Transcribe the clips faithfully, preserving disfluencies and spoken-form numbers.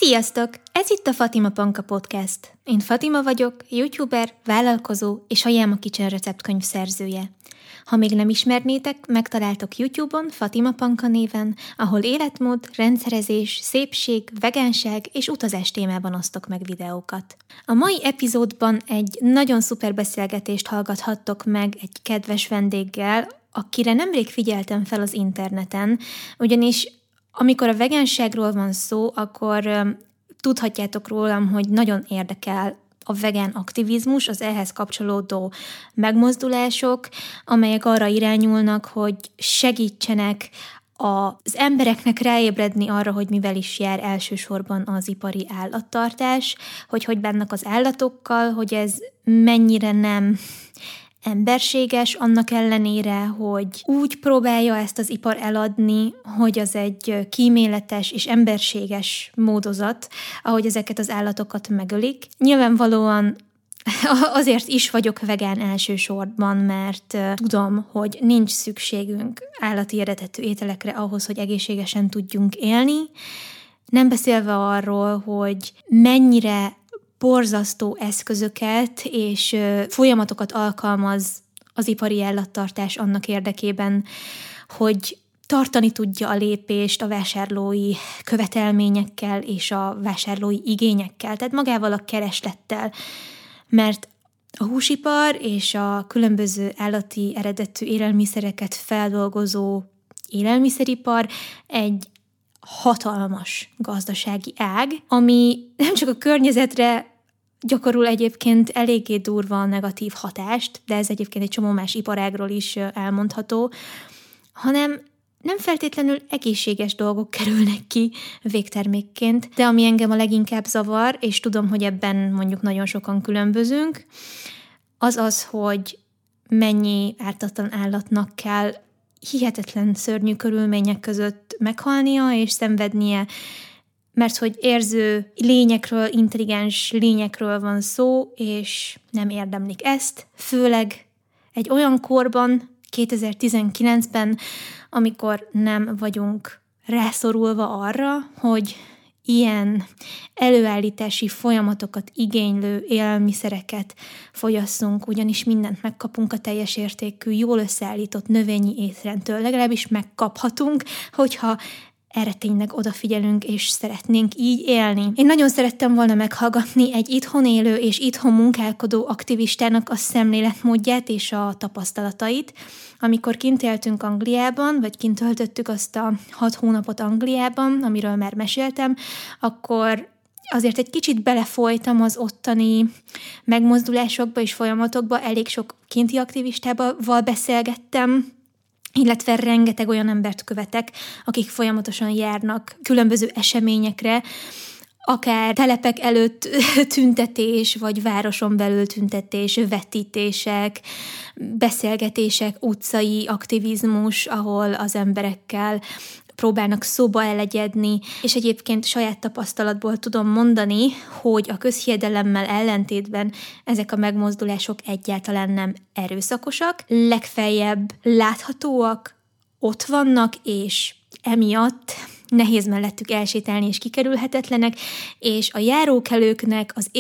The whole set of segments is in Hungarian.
Sziasztok! Ez itt a Fatima Panka Podcast. Én Fatima vagyok, youtuber, vállalkozó és a Jelma Kitchen receptkönyv szerzője. Ha még nem ismernétek, megtaláltok YouTube-on Fatima Panka néven, ahol életmód, rendszerezés, szépség, vegánság és utazás témában osztok meg videókat. A mai epizódban egy nagyon szuper beszélgetést hallgathattok meg egy kedves vendéggel, akire nemrég figyeltem fel az interneten, ugyanis amikor a vegánságról van szó, akkor um, tudhatjátok rólam, hogy nagyon érdekel a vegán aktivizmus, az ehhez kapcsolódó megmozdulások, amelyek arra irányulnak, hogy segítsenek az embereknek ráébredni arra, hogy mivel is jár elsősorban az ipari állattartás, hogy hogy bánnak az állatokkal, hogy ez mennyire nem emberséges, annak ellenére, hogy úgy próbálja ezt az ipar eladni, hogy az egy kíméletes és emberséges módozat, ahogy ezeket az állatokat megölik. Nyilvánvalóan azért is vagyok vegán elsősorban, mert tudom, hogy nincs szükségünk állati eredetű ételekre ahhoz, hogy egészségesen tudjunk élni. Nem beszélve arról, hogy mennyire borzasztó eszközöket és folyamatokat alkalmaz az ipari állattartás annak érdekében, hogy tartani tudja a lépést a vásárlói követelményekkel és a vásárlói igényekkel, tehát magával a kereslettel, mert a húsipar és a különböző állati eredetű élelmiszereket feldolgozó élelmiszeripar egy hatalmas gazdasági ág, ami nem csak a környezetre gyakorol egyébként eléggé durva negatív hatást, de ez egyébként egy csomó más iparágról is elmondható, hanem nem feltétlenül egészséges dolgok kerülnek ki végtermékként, de ami engem a leginkább zavar, és tudom, hogy ebben mondjuk nagyon sokan különbözünk, az az, hogy mennyi ártatlan állatnak kell hihetetlen szörnyű körülmények között meghalnia és szenvednie, mert hogy érző lényekről, intelligens lényekről van szó, és nem érdemlik ezt, főleg egy olyan korban, kétezer-tizenkilencben, amikor nem vagyunk rászorulva arra, hogy ilyen előállítási folyamatokat igénylő élelmiszereket fogyasszunk, ugyanis mindent megkapunk a teljes értékű, jól összeállított növényi étrendtől, legalábbis megkaphatunk, hogyha erre tényleg odafigyelünk, és szeretnénk így élni. Én nagyon szerettem volna meghallgatni egy itthon élő és itthon munkálkodó aktivistának a szemléletmódját és a tapasztalatait. Amikor kint éltünk Angliában, vagy kint töltöttük azt a hat hónapot Angliában, amiről már meséltem, akkor azért egy kicsit belefolytam az ottani megmozdulásokba és folyamatokba, elég sok kinti aktivistával beszélgettem, illetve rengeteg olyan embert követek, akik folyamatosan járnak különböző eseményekre, akár telepek előtt tüntetés, vagy városon belül tüntetés, vetítések, beszélgetések, utcai aktivizmus, ahol az emberekkel próbálnak szóba elegyedni, és egyébként saját tapasztalatból tudom mondani, hogy a közhiedelemmel ellentétben ezek a megmozdulások egyáltalán nem erőszakosak, legfeljebb láthatóak, ott vannak, és emiatt nehéz mellettük elsétálni, és kikerülhetetlenek, és a járókelőknek az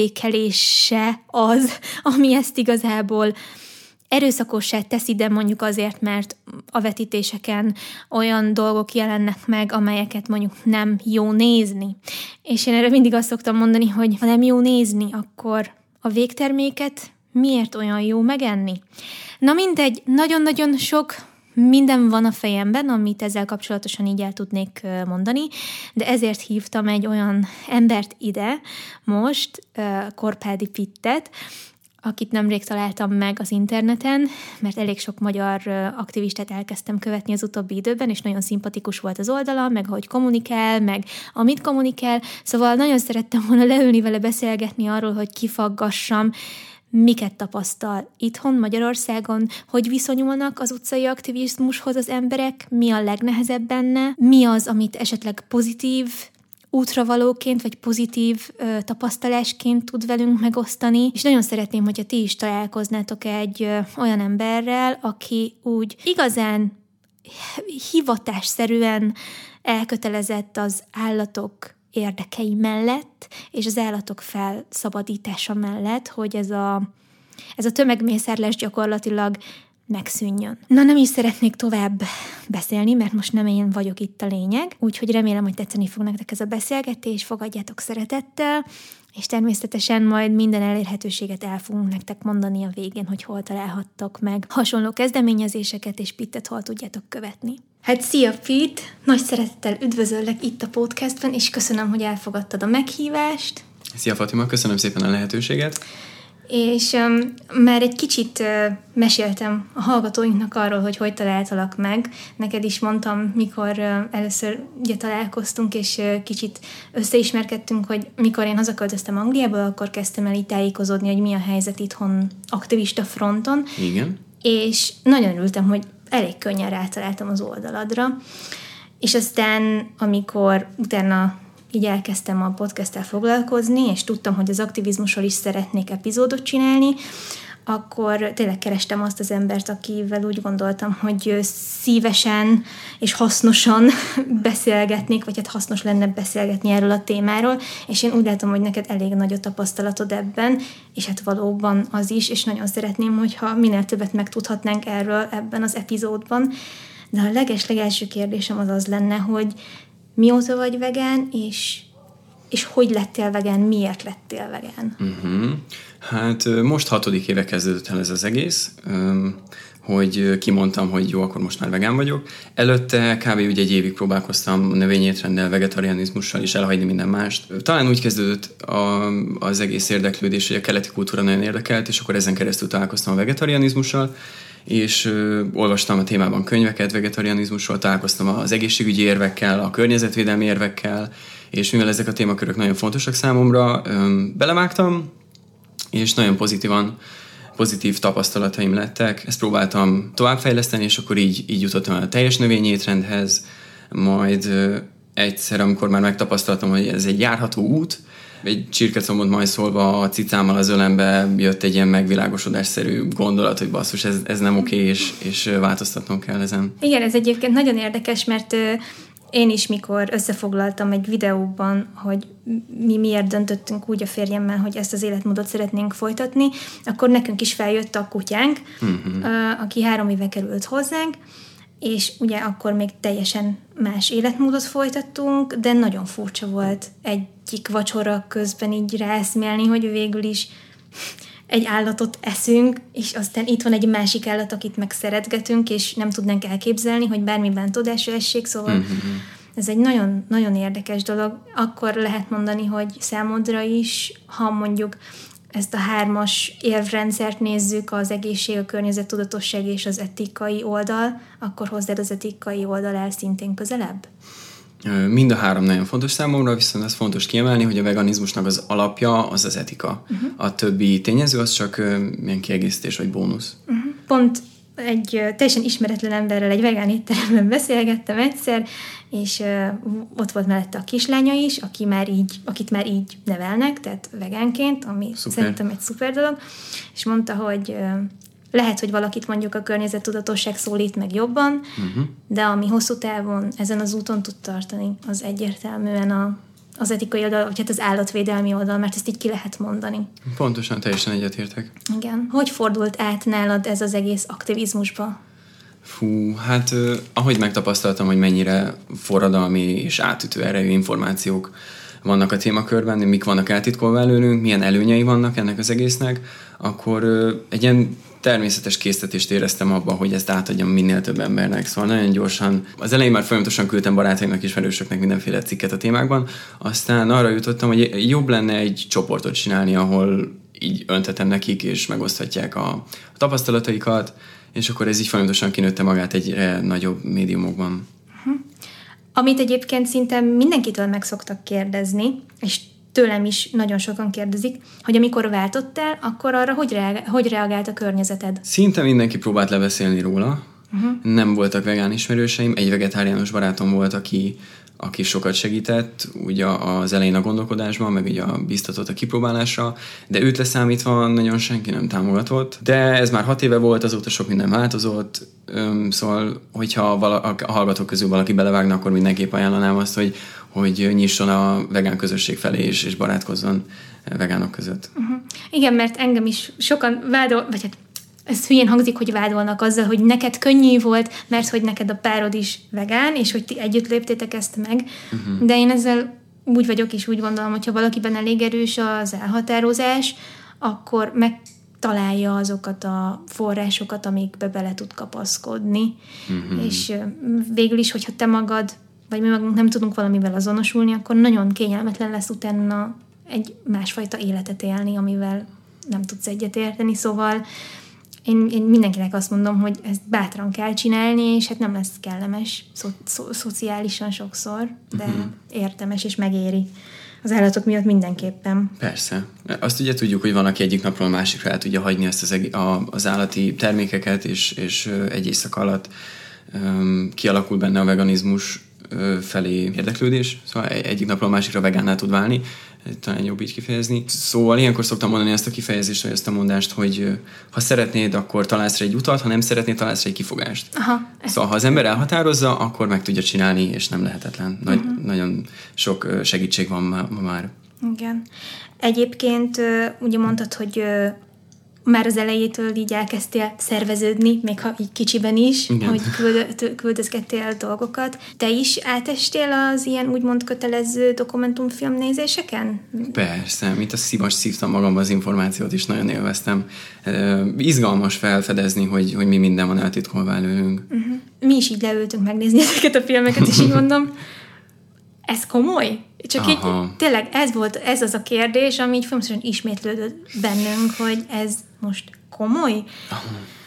érzékelése az, ami ezt igazából erőszakossá teszi, de mondjuk azért, mert a vetítéseken olyan dolgok jelennek meg, amelyeket mondjuk nem jó nézni. És én erre mindig azt szoktam mondani, hogy ha nem jó nézni, akkor a végterméket miért olyan jó megenni? Na mindegy, nagyon-nagyon sok minden van a fejemben, amit ezzel kapcsolatosan így el tudnék mondani, de ezért hívtam egy olyan embert ide most, Korpádi Pittet, akit nemrég találtam meg az interneten, mert elég sok magyar aktivistát elkezdtem követni az utóbbi időben, és nagyon szimpatikus volt az oldala, meg ahogy kommunikál, meg amit kommunikál, szóval nagyon szerettem volna leülni vele beszélgetni arról, hogy kifaggassam, miket tapasztal itthon Magyarországon, hogy viszonyulnak az utcai aktivizmushoz az emberek, mi a legnehezebb benne, mi az, amit esetleg pozitív útravalóként, vagy pozitív ö, tapasztalásként tud velünk megosztani, és nagyon szeretném, hogyha ti is találkoznátok egy ö, olyan emberrel, aki úgy igazán hivatásszerűen elkötelezett az állatok érdekei mellett, és az állatok felszabadítása mellett, hogy ez a, ez a tömegmészárlás gyakorlatilag megszűnjön. Na, nem is szeretnék tovább beszélni, mert most nem én vagyok itt a lényeg, úgyhogy remélem, hogy tetszeni fog nektek ez a beszélgetés, fogadjátok szeretettel, és természetesen majd minden elérhetőséget el fogunk nektek mondani a végén, hogy hol találhattok meg hasonló kezdeményezéseket, és Pittet hol tudjátok követni. Hát szia Pitt! Nagy szeretettel üdvözöllek itt a podcastben, és köszönöm, hogy elfogadtad a meghívást. Szia Fatima, köszönöm szépen a lehetőséget. És um, már egy kicsit uh, meséltem a hallgatóinknak arról, hogy hogy találtalak meg. Neked is mondtam, mikor uh, először ugye találkoztunk, és uh, kicsit összeismerkedtünk, hogy mikor én hazaköltöztem Angliából, akkor kezdtem el így tájékozódni, hogy mi a helyzet itthon aktivista fronton. Igen. És nagyon örültem, hogy elég könnyen rátaláltam az oldaladra. És aztán, amikor utána így elkezdtem a podcasttel foglalkozni, és tudtam, hogy az aktivizmusról is szeretnék epizódot csinálni, akkor tényleg kerestem azt az embert, akivel úgy gondoltam, hogy szívesen és hasznosan beszélgetnék, vagy hát hasznos lenne beszélgetni erről a témáról, és én úgy látom, hogy neked elég nagy a tapasztalatod ebben, és hát valóban az is, és nagyon szeretném, hogyha minél többet megtudhatnánk erről ebben az epizódban. De a leges-legelső kérdésem az az lenne, hogy mióta vagy vegán, és, és hogy lettél vegán, miért lettél vegán? Uh-huh. Hát most hatodik éve kezdődött el ez az egész, hogy kimondtam, hogy jó, akkor most már vegán vagyok. Előtte kb. Ugye egy évig próbálkoztam növényétrenddel, vegetarianizmussal is elhagyni minden mást. Talán úgy kezdődött a, az egész érdeklődés, hogy a keleti kultúra nagyon érdekelt, és akkor ezen keresztül találkoztam a vegetarianizmussal, és ö, olvastam a témában könyveket vegetarianizmusról, találkoztam az egészségügyi érvekkel, a környezetvédelmi érvekkel, és mivel ezek a témakörök nagyon fontosak számomra, ö, belevágtam, és nagyon pozitívan, pozitív tapasztalataim lettek. Ezt próbáltam továbbfejleszteni, és akkor így, így jutottam el a teljes növényétrendhez, majd ö, egyszer, amikor már megtapasztaltam, hogy ez egy járható út, egy csirkecombot majd szólva a cicámmal az ölembe jött egy ilyen megvilágosodásszerű gondolat, hogy basszus, ez, ez nem oké, és, és változtatnom kell ezen. Igen, ez egyébként nagyon érdekes, mert én is, mikor összefoglaltam egy videóban, hogy mi miért döntöttünk úgy a férjemmel, hogy ezt az életmódot szeretnénk folytatni, akkor nekünk is feljött a kutyánk, uh-huh. aki három éve került hozzánk, és ugye akkor még teljesen más életmódot folytattunk, de nagyon furcsa volt egyik vacsora közben így ráeszmélni, hogy végül is egy állatot eszünk, és aztán itt van egy másik állat, akit meg szeretgetünk, és nem tudnánk elképzelni, hogy bármiben tudásra essék, szóval mm-hmm. ez egy nagyon, nagyon érdekes dolog. Akkor lehet mondani, hogy számodra is, ha mondjuk ezt a hármas érvrendszert nézzük, az egészség, a környezettudatosság és az etikai oldal, akkor hozzád az etikai oldal el szintén közelebb? Mind a három nagyon fontos számomra, viszont az fontos kiemelni, hogy a veganizmusnak az alapja az az etika. Uh-huh. A többi tényező az csak milyen kiegészítés vagy bónusz. Uh-huh. Pont egy teljesen ismeretlen emberrel egy vegán étteremben beszélgettem egyszer, és uh, ott volt mellette a kislánya is, aki már így, akit már így nevelnek, tehát vegánként, ami szuper. Szerintem egy szuper dolog, és mondta, hogy uh, lehet, hogy valakit mondjuk a környezettudatosság szólít meg jobban, uh-huh. de ami hosszú távon ezen az úton tud tartani, az egyértelműen a, az etikai oldal, vagy hát az állatvédelmi oldal, mert ezt így ki lehet mondani. Pontosan, teljesen egyetértek. Igen. Hogy fordult át nálad ez az egész aktivizmusba? Fú, hát eh, ahogy megtapasztaltam, hogy mennyire forradalmi és átütő erejű információk vannak a témakörben, mik vannak eltitkolva előnünk, milyen előnyei vannak ennek az egésznek, akkor eh, egy ilyen természetes késztetést éreztem abban, hogy ezt átadjam minél több embernek. Szóval nagyon gyorsan, az elején már folyamatosan küldtem barátaimnak, ismerősöknek mindenféle cikket a témákban, aztán arra jutottam, hogy jobb lenne egy csoportot csinálni, ahol így öntetem nekik, és megoszthatják a, a tapasztalataikat, és akkor ez így folyamatosan kinőtte magát egyre nagyobb médiumokban. Uh-huh. Amit egyébként szinte mindenkitől meg szoktak kérdezni, és tőlem is nagyon sokan kérdezik, hogy amikor váltottál, akkor arra hogy, reagál, hogy reagált a környezeted? Szinte mindenki próbált lebeszélni róla. Uh-huh. Nem voltak vegán ismerőseim, egy vegetáriánus barátom volt, aki, aki sokat segített ugye az elején a gondolkodásban, meg ugye biztatott a kipróbálásra, de őt leszámítva nagyon senki nem támogatott. De ez már hat éve volt, azóta sok minden változott, szóval hogyha vala, a hallgatók közül valaki belevágna, akkor mindenképp ajánlanám azt, hogy, hogy nyisson a vegán közösség felé és, és barátkozzon vegánok között. Uh-huh. Igen, mert engem is sokan vádol, vagy hát ez hülyén hangzik, hogy vádolnak azzal, hogy neked könnyű volt, mert hogy neked a párod is vegán, és hogy ti együtt léptétek ezt meg. Uh-huh. De én ezzel úgy vagyok, és úgy gondolom, hogyha valakiben elég erős az elhatározás, akkor megtalálja azokat a forrásokat, amikbe bele tud kapaszkodni. Uh-huh. És végül is, hogyha te magad, vagy mi magunk nem tudunk valamivel azonosulni, akkor nagyon kényelmetlen lesz utána egy másfajta életet élni, amivel nem tudsz egyetérteni. Szóval Én, én mindenkinek azt mondom, hogy ezt bátran kell csinálni, és hát nem lesz kellemes szo- szo- szociálisan sokszor, de uh-huh. érdemes és megéri. Az állatok miatt mindenképpen. Persze. Azt ugye tudjuk, hogy van, aki egyik napról a másikra el tudja hagyni ezt az, eg- a, az állati termékeket, és, és egy éjszak alatt um, kialakul benne a veganizmus uh, felé érdeklődés. Szóval egyik napról a másikra vegánná tud válni. Talán jobb így kifejezni. Szóval ilyenkor szoktam mondani ezt a kifejezést, vagy ezt a mondást, hogy ha szeretnéd, akkor találsz rá egy utat, ha nem szeretnéd, találsz rá egy kifogást. Aha, szóval ha az ember elhatározza, akkor meg tudja csinálni, és nem lehetetlen. Nagy, uh-huh. Nagyon sok segítség van ma, ma már. Igen. Egyébként ugye mondtad, hogy már az elejétől így elkezdtél szerveződni, még ha így kicsiben is, igen. hogy küld, küldözgettél dolgokat. Te is átestél az ilyen úgymond kötelező dokumentumfilm nézéseken? Persze, mint a szívas szívtam magamba az információt is, nagyon élveztem. Uh, izgalmas felfedezni, hogy, hogy mi minden van eltitkolva előlünk. Uh-huh. Mi is így leültünk megnézni ezeket a filmeket, és így mondom, ez komoly? Csak így, tényleg ez volt, ez az a kérdés, ami így folyamatosan ismétlődött bennünk, hogy ez most komoly? Aha.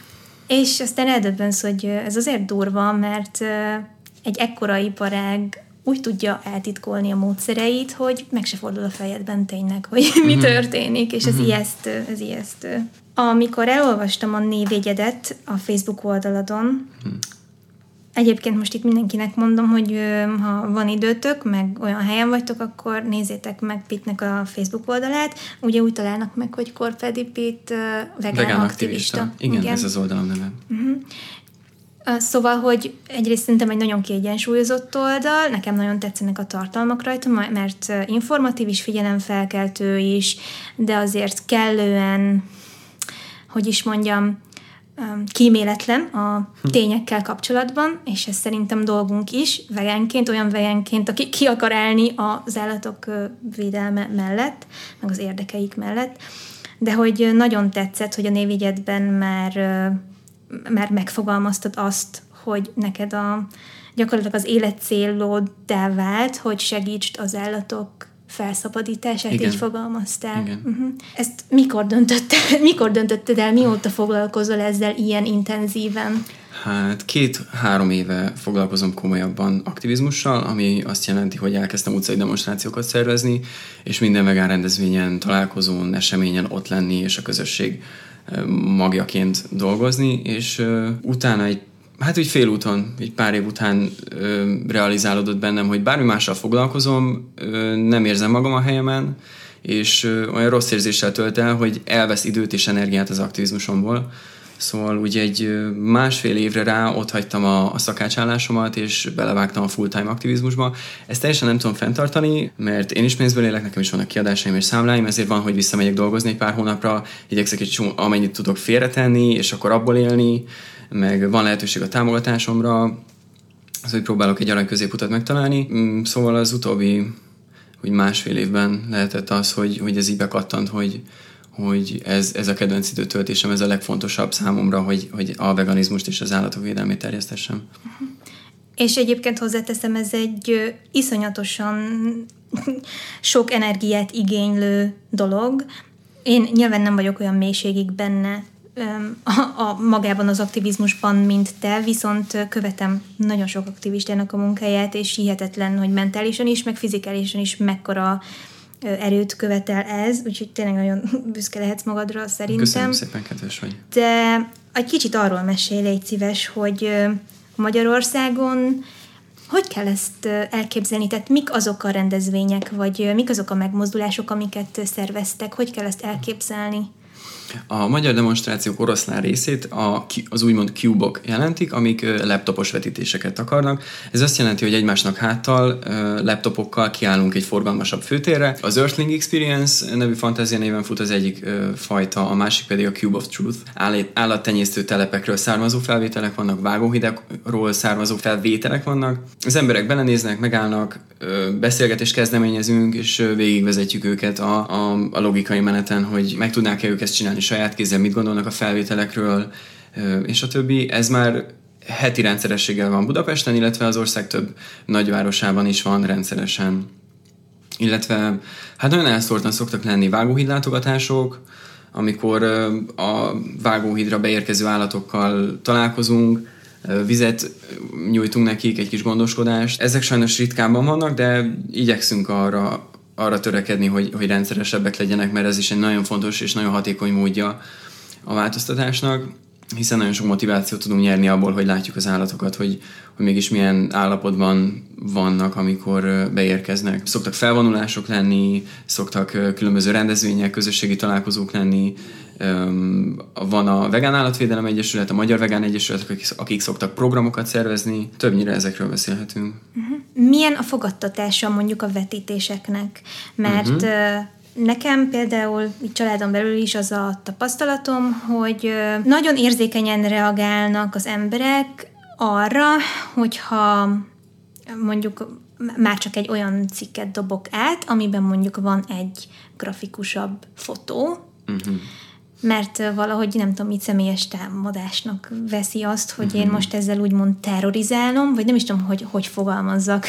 És aztán eldöbbensz, hogy ez azért durva, mert egy ekkora iparág úgy tudja eltitkolni a módszereit, hogy meg se fordul a fejedben tényleg, hogy mi uh-huh. történik, és ez uh-huh. ijesztő, ez ijesztő. Amikor elolvastam a névjegyedet a Facebook oldaladon, uh-huh. Egyébként most itt mindenkinek mondom, hogy ha van időtök, meg olyan helyen vagytok, akkor nézzétek meg Pittnek a Facebook oldalát. Ugye úgy találnak meg, hogy Korpedi Pitt vegán, vegán aktivista. aktivista. Igen, Igen, ez az oldalam neve. Uh-huh. Szóval, hogy egyrészt szerintem egy nagyon kiegyensúlyozott oldal, nekem nagyon tetszenek a tartalmak rajta, mert informatív is, figyelemfelkeltő is, de azért kellően, hogy is mondjam, kíméletlen a tényekkel kapcsolatban, és ez szerintem dolgunk is, vegánként, olyan vegánként, aki ki akar állni az állatok védelme mellett, meg az érdekeik mellett, de hogy nagyon tetszett, hogy a névjegyedben már, már megfogalmaztad azt, hogy neked a, gyakorlatilag az életcéloddá vált, hogy segítsd az állatok felszabadítását, igen. így fogalmaztál. Igen. Uh-huh. Ezt mikor döntötted, mikor döntötted el, mióta foglalkozol ezzel ilyen intenzíven? Hát két-három éve foglalkozom komolyabban aktivizmussal, ami azt jelenti, hogy elkezdtem utcai demonstrációkat szervezni, és minden vegán rendezvényen, találkozón, eseményen ott lenni, és a közösség magjaként dolgozni, és uh, utána egy Hát úgy félúton, egy pár év után ö, realizálódott bennem, hogy bármi mással foglalkozom, ö, nem érzem magam a helyemen, és ö, olyan rossz érzéssel tölt el, hogy elvesz időt és energiát az aktivizmusomból. Szóval úgy egy ö, másfél évre rá ott hagytam a, a szakácsállásomat, és belevágtam a full-time aktivizmusba. Ezt teljesen nem tudom fenntartani, mert én is pénzből élek, nekem is vannak kiadásaim és számláim, ezért van, hogy visszamegyek dolgozni egy pár hónapra, igyekszek egy csomó, amennyit tudok félretenni, és akkor abból élni, meg van lehetőség a támogatásomra, az, hogy próbálok egy arany középutat megtalálni. Szóval az utóbbi hogy másfél évben lehetett az, hogy, hogy ez így bekattant, hogy, hogy ez, ez a kedvenc időtöltésem, ez a legfontosabb számomra, hogy, hogy a veganizmust és az állatok védelmét terjesztessem. Uh-huh. És egyébként hozzáteszem, ez egy iszonyatosan sok energiát igénylő dolog. Én nyilván nem vagyok olyan mélységig benne, A, a magában az aktivizmusban, mint te, viszont követem nagyon sok aktivistának a munkáját, és hihetetlen, hogy mentálisan is, meg fizikálisan is mekkora erőt követel ez, úgyhogy tényleg nagyon büszke lehetsz magadra, szerintem. Köszönöm szépen, kedves vagy. De egy kicsit arról mesélj, légy szíves, hogy Magyarországon Hogy kell ezt elképzelni? Tehát mik azok a rendezvények, vagy mik azok a megmozdulások, amiket szerveztek? Hogy kell ezt elképzelni? A magyar demonstrációk oroszlán részét a, az úgymond cube-ok jelentik, amik laptopos vetítéseket akarnak. Ez azt jelenti, hogy egymásnak háttal laptopokkal kiállunk egy forgalmasabb főtérre. Az Earthling Experience nevű fantázia néven fut az egyik fajta, a másik pedig a Cube of Truth. Állattenyésztő telepekről származó felvételek vannak, vágóhidakról származó felvételek vannak. Az emberek belenéznek, megállnak, beszélgetést kezdeményezünk, és végigvezetjük őket a, a, a logikai meneten, hogy meg tudnák-e ők ezt csinálni saját kézzel, mit gondolnak a felvételekről, és a többi. Ez már heti rendszerességgel van Budapesten, illetve az ország több nagyvárosában is van rendszeresen. Illetve hát nagyon elszórtan szoktak lenni vágóhídlátogatások, amikor a vágóhídra beérkező állatokkal találkozunk, vizet nyújtunk nekik, egy kis gondoskodást. Ezek sajnos ritkábban vannak, de igyekszünk arra, arra törekedni, hogy, hogy rendszeresebbek legyenek, mert ez is egy nagyon fontos és nagyon hatékony módja a változtatásnak, hiszen nagyon sok motivációt tudunk nyerni abból, hogy látjuk az állatokat, hogy, hogy mégis milyen állapotban vannak, amikor beérkeznek. Szoktak felvonulások lenni, szoktak különböző rendezvények, közösségi találkozók lenni. Van a Vegán Állatvédelem Egyesület, a Magyar Vegán Egyesület, akik, akik szoktak programokat szervezni. Többnyire ezekről beszélhetünk. Uh-huh. Milyen a fogadtatása mondjuk a vetítéseknek? Mert uh-huh. nekem például így családon belül is az a tapasztalatom, hogy nagyon érzékenyen reagálnak az emberek arra, hogyha mondjuk már csak egy olyan cikket dobok át, amiben mondjuk van egy grafikusabb fotó, uh-huh. mert valahogy nem tudom, mit személyes támadásnak veszi azt, hogy uh-huh. én most ezzel úgymond terrorizálom, vagy nem is tudom, hogy hogy fogalmazzak.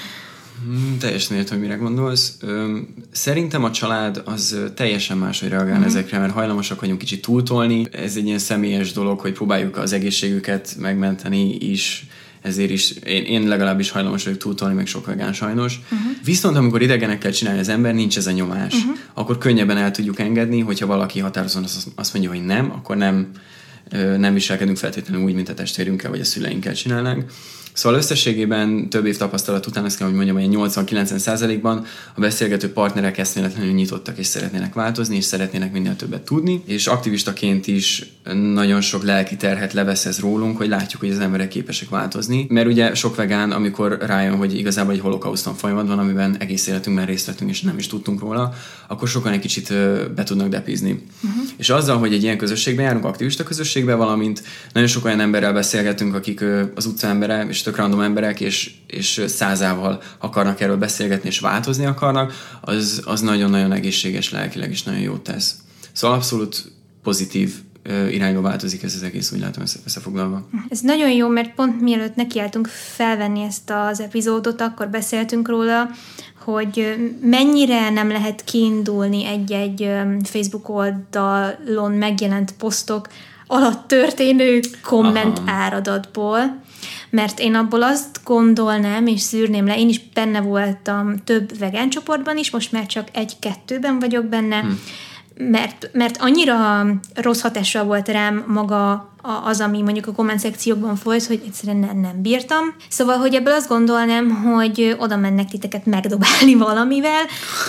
Hmm, teljesen értem, hogy mire gondolsz. Szerintem a család az teljesen máshogy reagál uh-huh. ezekre, mert hajlamosak vagyunk kicsit túltolni. Ez egy ilyen személyes dolog, hogy próbáljuk az egészségüket megmenteni is, ezért is én, én legalábbis hajlamos vagyok túltolni, meg sok vegán sajnos. Uh-huh. Viszont amikor idegenekkel csinálja az ember, nincs ez a nyomás. Uh-huh. Akkor könnyebben el tudjuk engedni, hogyha valaki határozottan azt mondja, hogy nem, akkor nem, nem viselkedünk feltétlenül úgy, mint a testvérünkkel vagy a szüleinkkel csinálnánk. Szóval összességében több év tapasztalat után azt kell, hogy mondjam, hogy nyolcvan-kilencven százalékban a beszélgető partnerek eszméletlenül nyitottak és szeretnének változni, és szeretnének minél többet tudni, és aktivistaként is nagyon sok lelki terhet levesz ez rólunk, hogy látjuk, hogy az emberek képesek változni, mert ugye sok vegán, amikor rájön, hogy igazából egy holokauszton folyamat van, amiben egész életünkben részt vettünk, és nem is tudtunk róla, akkor sokan egy kicsit be tudnak depizni. Uh-huh. És azzal, hogy egy ilyen közösségben járunk, aktivista közösségben, valamint nagyon sok olyan emberrel beszélgetünk, akik az utca embere, és tök random emberek, és, és százával akarnak erről beszélgetni, és változni akarnak, az, az nagyon-nagyon egészséges lelkileg, és nagyon jót tesz. Szóval abszolút pozitív irányba változik ez az egész, úgy látom összefoglalva. Ez nagyon jó, mert pont mielőtt nekiálltunk felvenni ezt az epizódot, akkor beszéltünk róla, hogy mennyire nem lehet kiindulni egy-egy Facebook oldalon megjelent posztok alatt történő komment Aha. áradatból, mert én abból azt gondolnám, és szűrném le, én is benne voltam több vegán csoportban is, most már csak egy-kettőben vagyok benne, hm. mert, mert annyira rossz hatással volt rám maga az, ami mondjuk a komment szekciókban folyt, hogy egyszerűen nem, nem bírtam. Szóval, hogy ebből azt gondolnám, hogy oda mennek titeket megdobálni valamivel,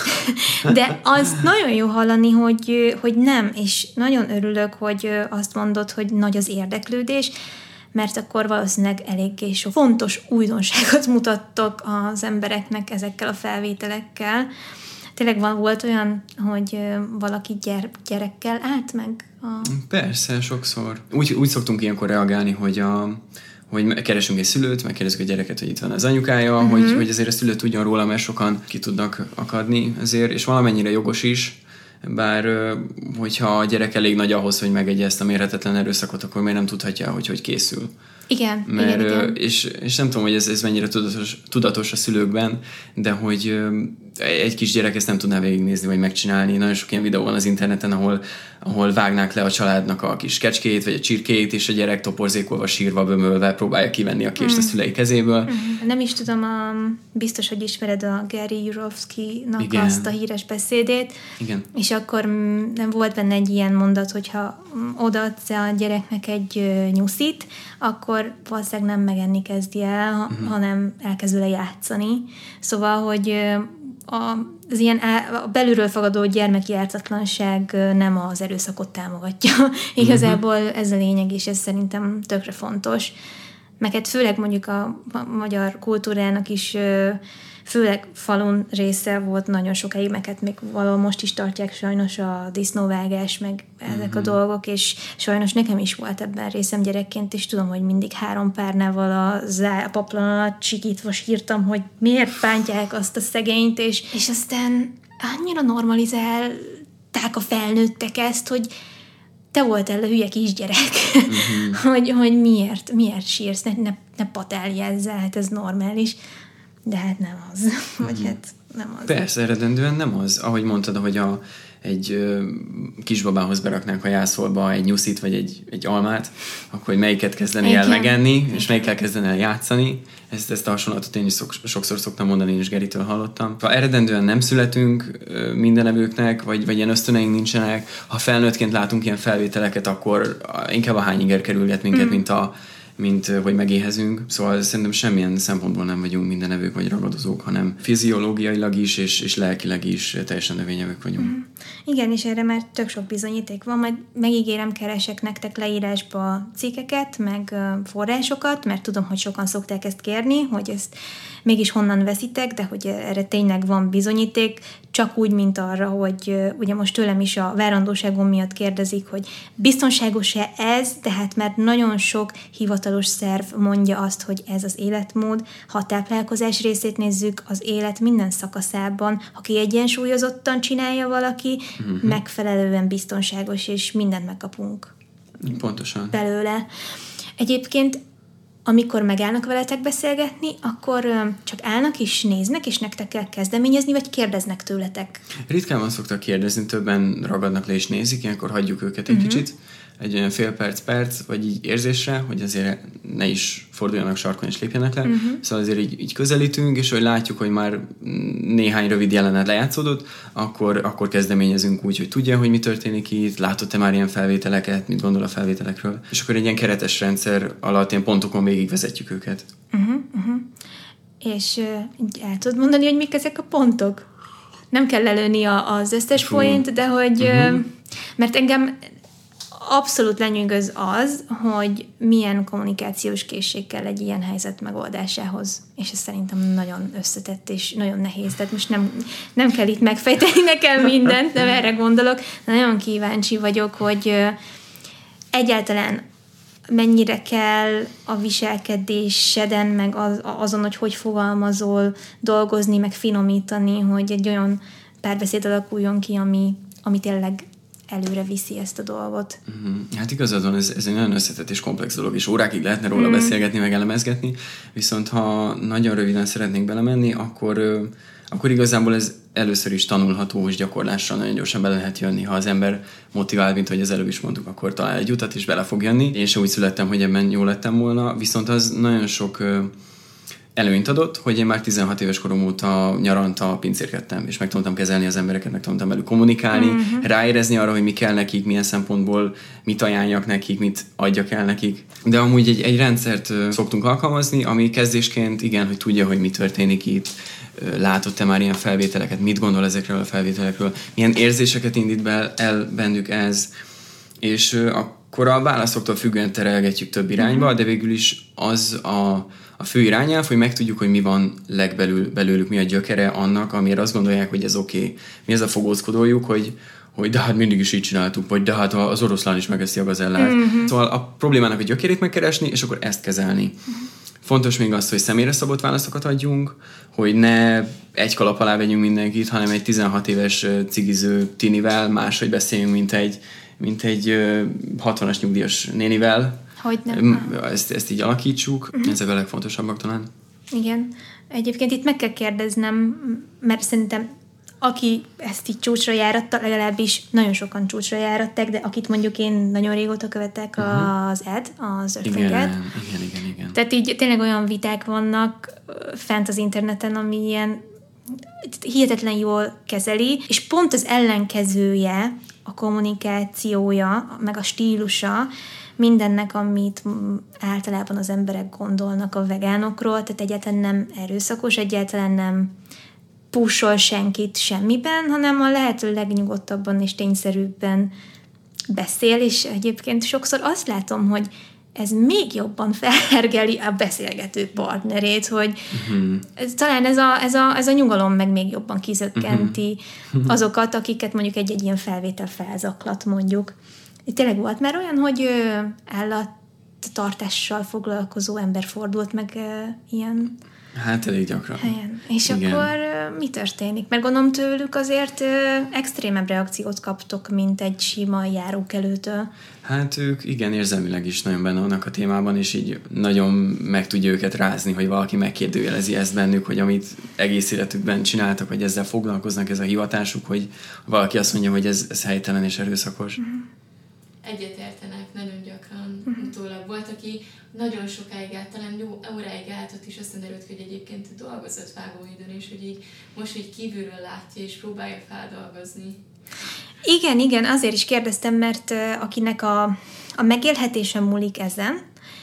de az nagyon jó hallani, hogy, hogy nem, és nagyon örülök, hogy azt mondod, hogy nagy az érdeklődés, mert akkor valószínűleg eléggé sok fontos újdonságot mutattok az embereknek ezekkel a felvételekkel. Tényleg van, volt olyan, hogy valaki gyere, gyerekkel állt meg? A... Persze, sokszor. Úgy, úgy szoktunk ilyenkor reagálni, hogy, a, hogy keresünk egy szülőt, megkérdezzük a gyereket, hogy itt van az anyukája, uh-huh. hogy, hogy azért a szülő tudjon róla, mert sokan ki tudnak akadni ezért, és valamennyire jogos is, bár hogyha a gyerek elég nagy ahhoz, hogy megegye ezt a mérhetetlen erőszakot, akkor miért nem tudhatja, hogy hogy készül. Igen, Mert, igen, igen. És, és nem tudom, hogy ez, ez mennyire tudatos, tudatos a szülőkben, de hogy egy kis gyerek ezt nem tudná végignézni, vagy megcsinálni. Nagyon sok ilyen videó van az interneten, ahol, ahol vágnák le a családnak a kis kecskét, vagy a csirkét, és a gyerek toporzékolva, sírva, bömölve próbálja kivenni a kést mm. a szülei kezéből. Mm. Nem is tudom, a, biztos, hogy ismered a Gary Yourofsky-nak azt a híres beszédét. Igen. És akkor nem volt benne egy ilyen mondat, hogyha odaadsz a gyereknek egy nyuszit, akkor akkor valószínűleg nem megenni kezdi el, uh-huh. hanem elkezd vele játszani. Szóval, hogy a, az ilyen á, a belülről fogadó gyermeki ártatlanság nem az erőszakot támogatja. Igazából ez a lényeg, és ez szerintem tökre fontos. Meg hát főleg mondjuk a, a magyar kultúrának is főleg falun része volt nagyon sokáig, meg hát még valahol most is tartják sajnos a disznóvágás, meg ezek mm-hmm. a dolgok, és sajnos nekem is volt ebben részem gyerekként, és tudom, hogy mindig három párnával a, zá- a paplon alatt sikítva sírtam, hogy miért bántják azt a szegényt, és, és aztán annyira normalizálták a felnőttek ezt, hogy te voltál a hülye kisgyerek, mm-hmm. hogy, hogy miért, miért sírsz, ne, ne, ne patálj ezzel, hát ez normális. De hát nem az. Vagy mm. hát nem az. Persze, eredendően nem az. Ahogy mondtad, hogy a, egy ö, kisbabához beraknánk a jászolba egy nyuszit, vagy egy, egy almát, akkor hogy melyiket kezdeni el megenni, és melyikkel kezdeni el játszani. Ezt, ezt a hasonlatot én is szok, sokszor szoktam mondani, én is Geritől hallottam. Ha eredendően nem születünk mindenevőknek, vagy, vagy ilyen ösztöneink nincsenek, ha felnőttként látunk ilyen felvételeket, akkor inkább a hányinger kerülget minket, mm. mint a mint hogy megéhezünk. Szóval szerintem semmilyen szempontból nem vagyunk mindenevők vagy ragadozók, hanem fiziológiailag is és, és lelkileg is teljesen növényevők vagyunk. Mm. Igen, és erre már tök sok bizonyíték van, majd megígérem, keresek nektek leírásba cikkeket, meg forrásokat, mert tudom, hogy sokan szokták ezt kérni, hogy ezt mégis honnan veszitek, de hogy erre tényleg van bizonyíték, csak úgy, mint arra, hogy ugye most tőlem is a várandóságom miatt kérdezik, hogy biztonságos-e ez, tehát mert nagyon sok hivatalos szerv mondja azt, hogy ez az életmód. Ha a táplálkozás részét nézzük, az élet minden szakaszában, ha kiegyensúlyozottan csinálja valaki, uh-huh. megfelelően biztonságos, és mindent megkapunk. Pontosan. Belőle. Egyébként amikor megállnak veletek beszélgetni, akkor csak állnak és néznek, és nektek kell kezdeményezni, vagy kérdeznek tőletek? Ritkán szoktak kérdezni, többen ragadnak le és nézik, ilyenkor hagyjuk őket egy uh-huh. kicsit, egy olyan fél perc, perc, vagy így érzésre, hogy azért ne is forduljanak sarkon és lépjenek le. Uh-huh. Szóval azért így, így közelítünk, és hogy látjuk, hogy már néhány rövid jelenet lejátszódott, akkor, akkor kezdeményezünk úgy, hogy tudja, hogy mi történik itt, látott-e már ilyen felvételeket, mit gondol a felvételekről. És akkor egy ilyen keretes rendszer alatt ilyen pontokon végigvezetjük őket. Uh-huh, uh-huh. És uh, el tudod mondani, hogy mik ezek a pontok? Nem kell lelőni a, az összes Fú. point, de hogy... Uh-huh. Uh, mert engem... abszolút lenyűgöz az, hogy milyen kommunikációs készség kell egy ilyen helyzet megoldásához. És ez szerintem nagyon összetett és nagyon nehéz. Tehát most nem, nem kell itt megfejteni nekem mindent, nem erre gondolok. De nagyon kíváncsi vagyok, hogy egyáltalán mennyire kell a viselkedéseden, meg az, azon, hogy hogy fogalmazol, dolgozni, meg finomítani, hogy egy olyan párbeszéd alakuljon ki, ami, ami tényleg előre viszi ezt a dolgot. Uh-huh. Hát igazad van, ez, ez egy nagyon összetett és komplex dolog, és órákig lehetne róla mm. beszélgetni, meg elemezgetni, viszont ha nagyon röviden szeretnénk belemenni, akkor, akkor igazából ez először is tanulható, és gyakorlásra nagyon gyorsan bele lehet jönni. Ha az ember motivál, mint hogy az előbb is mondtuk, akkor talál egy utat, és bele fog jönni. Én sem úgy születtem, hogy ebben jó lettem volna, viszont az nagyon sok előnyt adott, hogy én már tizenhat éves korom óta nyaranta pincérkedtem, és meg tudtam kezelni az embereket, meg tudtam velük kommunikálni, uh-huh. ráérezni arra, hogy mi kell nekik, milyen szempontból mit ajánljak nekik, mit adjak el nekik. De amúgy egy, egy rendszert szoktunk alkalmazni, ami kezdésként igen, hogy tudja, hogy mi történik itt, látott-e már ilyen felvételeket, mit gondol ezekről a felvételekről, milyen érzéseket indít be el bennük ez, és akkor a válaszoktól függően terelgetjük több irányba, de végül is az a A fő irányelv, hogy megtudjuk, hogy mi van legbelül belőlük, mi a gyökere annak, amire azt gondolják, hogy ez oké. Okay. Mi ez a fogózkodójuk, hogy, hogy de hát mindig is így csináltuk, vagy de hát az oroszlán is megeszi a gazellát. Mm-hmm. Szóval a problémának a gyökerét megkeresni, és akkor ezt kezelni. Mm-hmm. Fontos még az, hogy személyre szabott válaszokat adjunk, hogy ne egy kalap alá vegyünk mindenkit, hanem egy tizenhat éves cigiző tinivel máshogy beszéljünk, mint egy, mint egy hatvanas nyugdíjas nénivel. Hogy nem. Ezt, ezt így alakítsuk, uh-huh. ezek a legfontosabbak talán. Igen. Egyébként itt meg kell kérdeznem, mert szerintem aki ezt így csúcsra járatta, legalábbis nagyon sokan csúcsra járatták, de akit mondjuk én nagyon régóta követek, uh-huh. az Ed, az Earthquake. Igen, igen, igen, igen. Tehát így tényleg olyan viták vannak fent az interneten, ami ilyen hihetetlen jól kezeli, és pont az ellenkezője, a kommunikációja, meg a stílusa, mindennek, amit általában az emberek gondolnak a vegánokról, tehát egyáltalán nem erőszakos, egyáltalán nem pushol senkit semmiben, hanem a lehető legnyugodtabban és tényszerűbben beszél, és egyébként sokszor azt látom, hogy ez még jobban felhergeli a beszélgető partnerét, hogy uh-huh. ez, talán ez a, ez, a, ez a nyugalom meg még jobban kizökkenti uh-huh. azokat, akiket mondjuk egy-egy ilyen felvétel felzaklat mondjuk. Itt tényleg volt már olyan, hogy állattartással foglalkozó ember fordult meg ilyen Hát elég gyakran. helyen. És Igen. akkor mi történik? Mert gondolom tőlük azért extrémebb reakciót kaptok, mint egy sima járókelőtől. Hát ők igen, érzelmileg is nagyon benne vannak a témában, és így nagyon meg tudja őket rázni, hogy valaki megkérdőjelezi ezt bennük, hogy amit egész életükben csináltak, vagy ezzel foglalkoznak, ez a hivatásuk, hogy valaki azt mondja, hogy ez, ez helytelen és erőszakos. Uh-huh. Egyetértenek nagyon gyakran uh-huh. utólag. Volt, aki nagyon sokáig állt, talán jó óráig állt ott is, aztán derült, hogy egyébként dolgozott vágóhídon, és hogy így most így kívülről látja, és próbálja feldolgozni. Igen, igen, azért is kérdeztem, mert uh, akinek a, a megélhetése múlik ezen,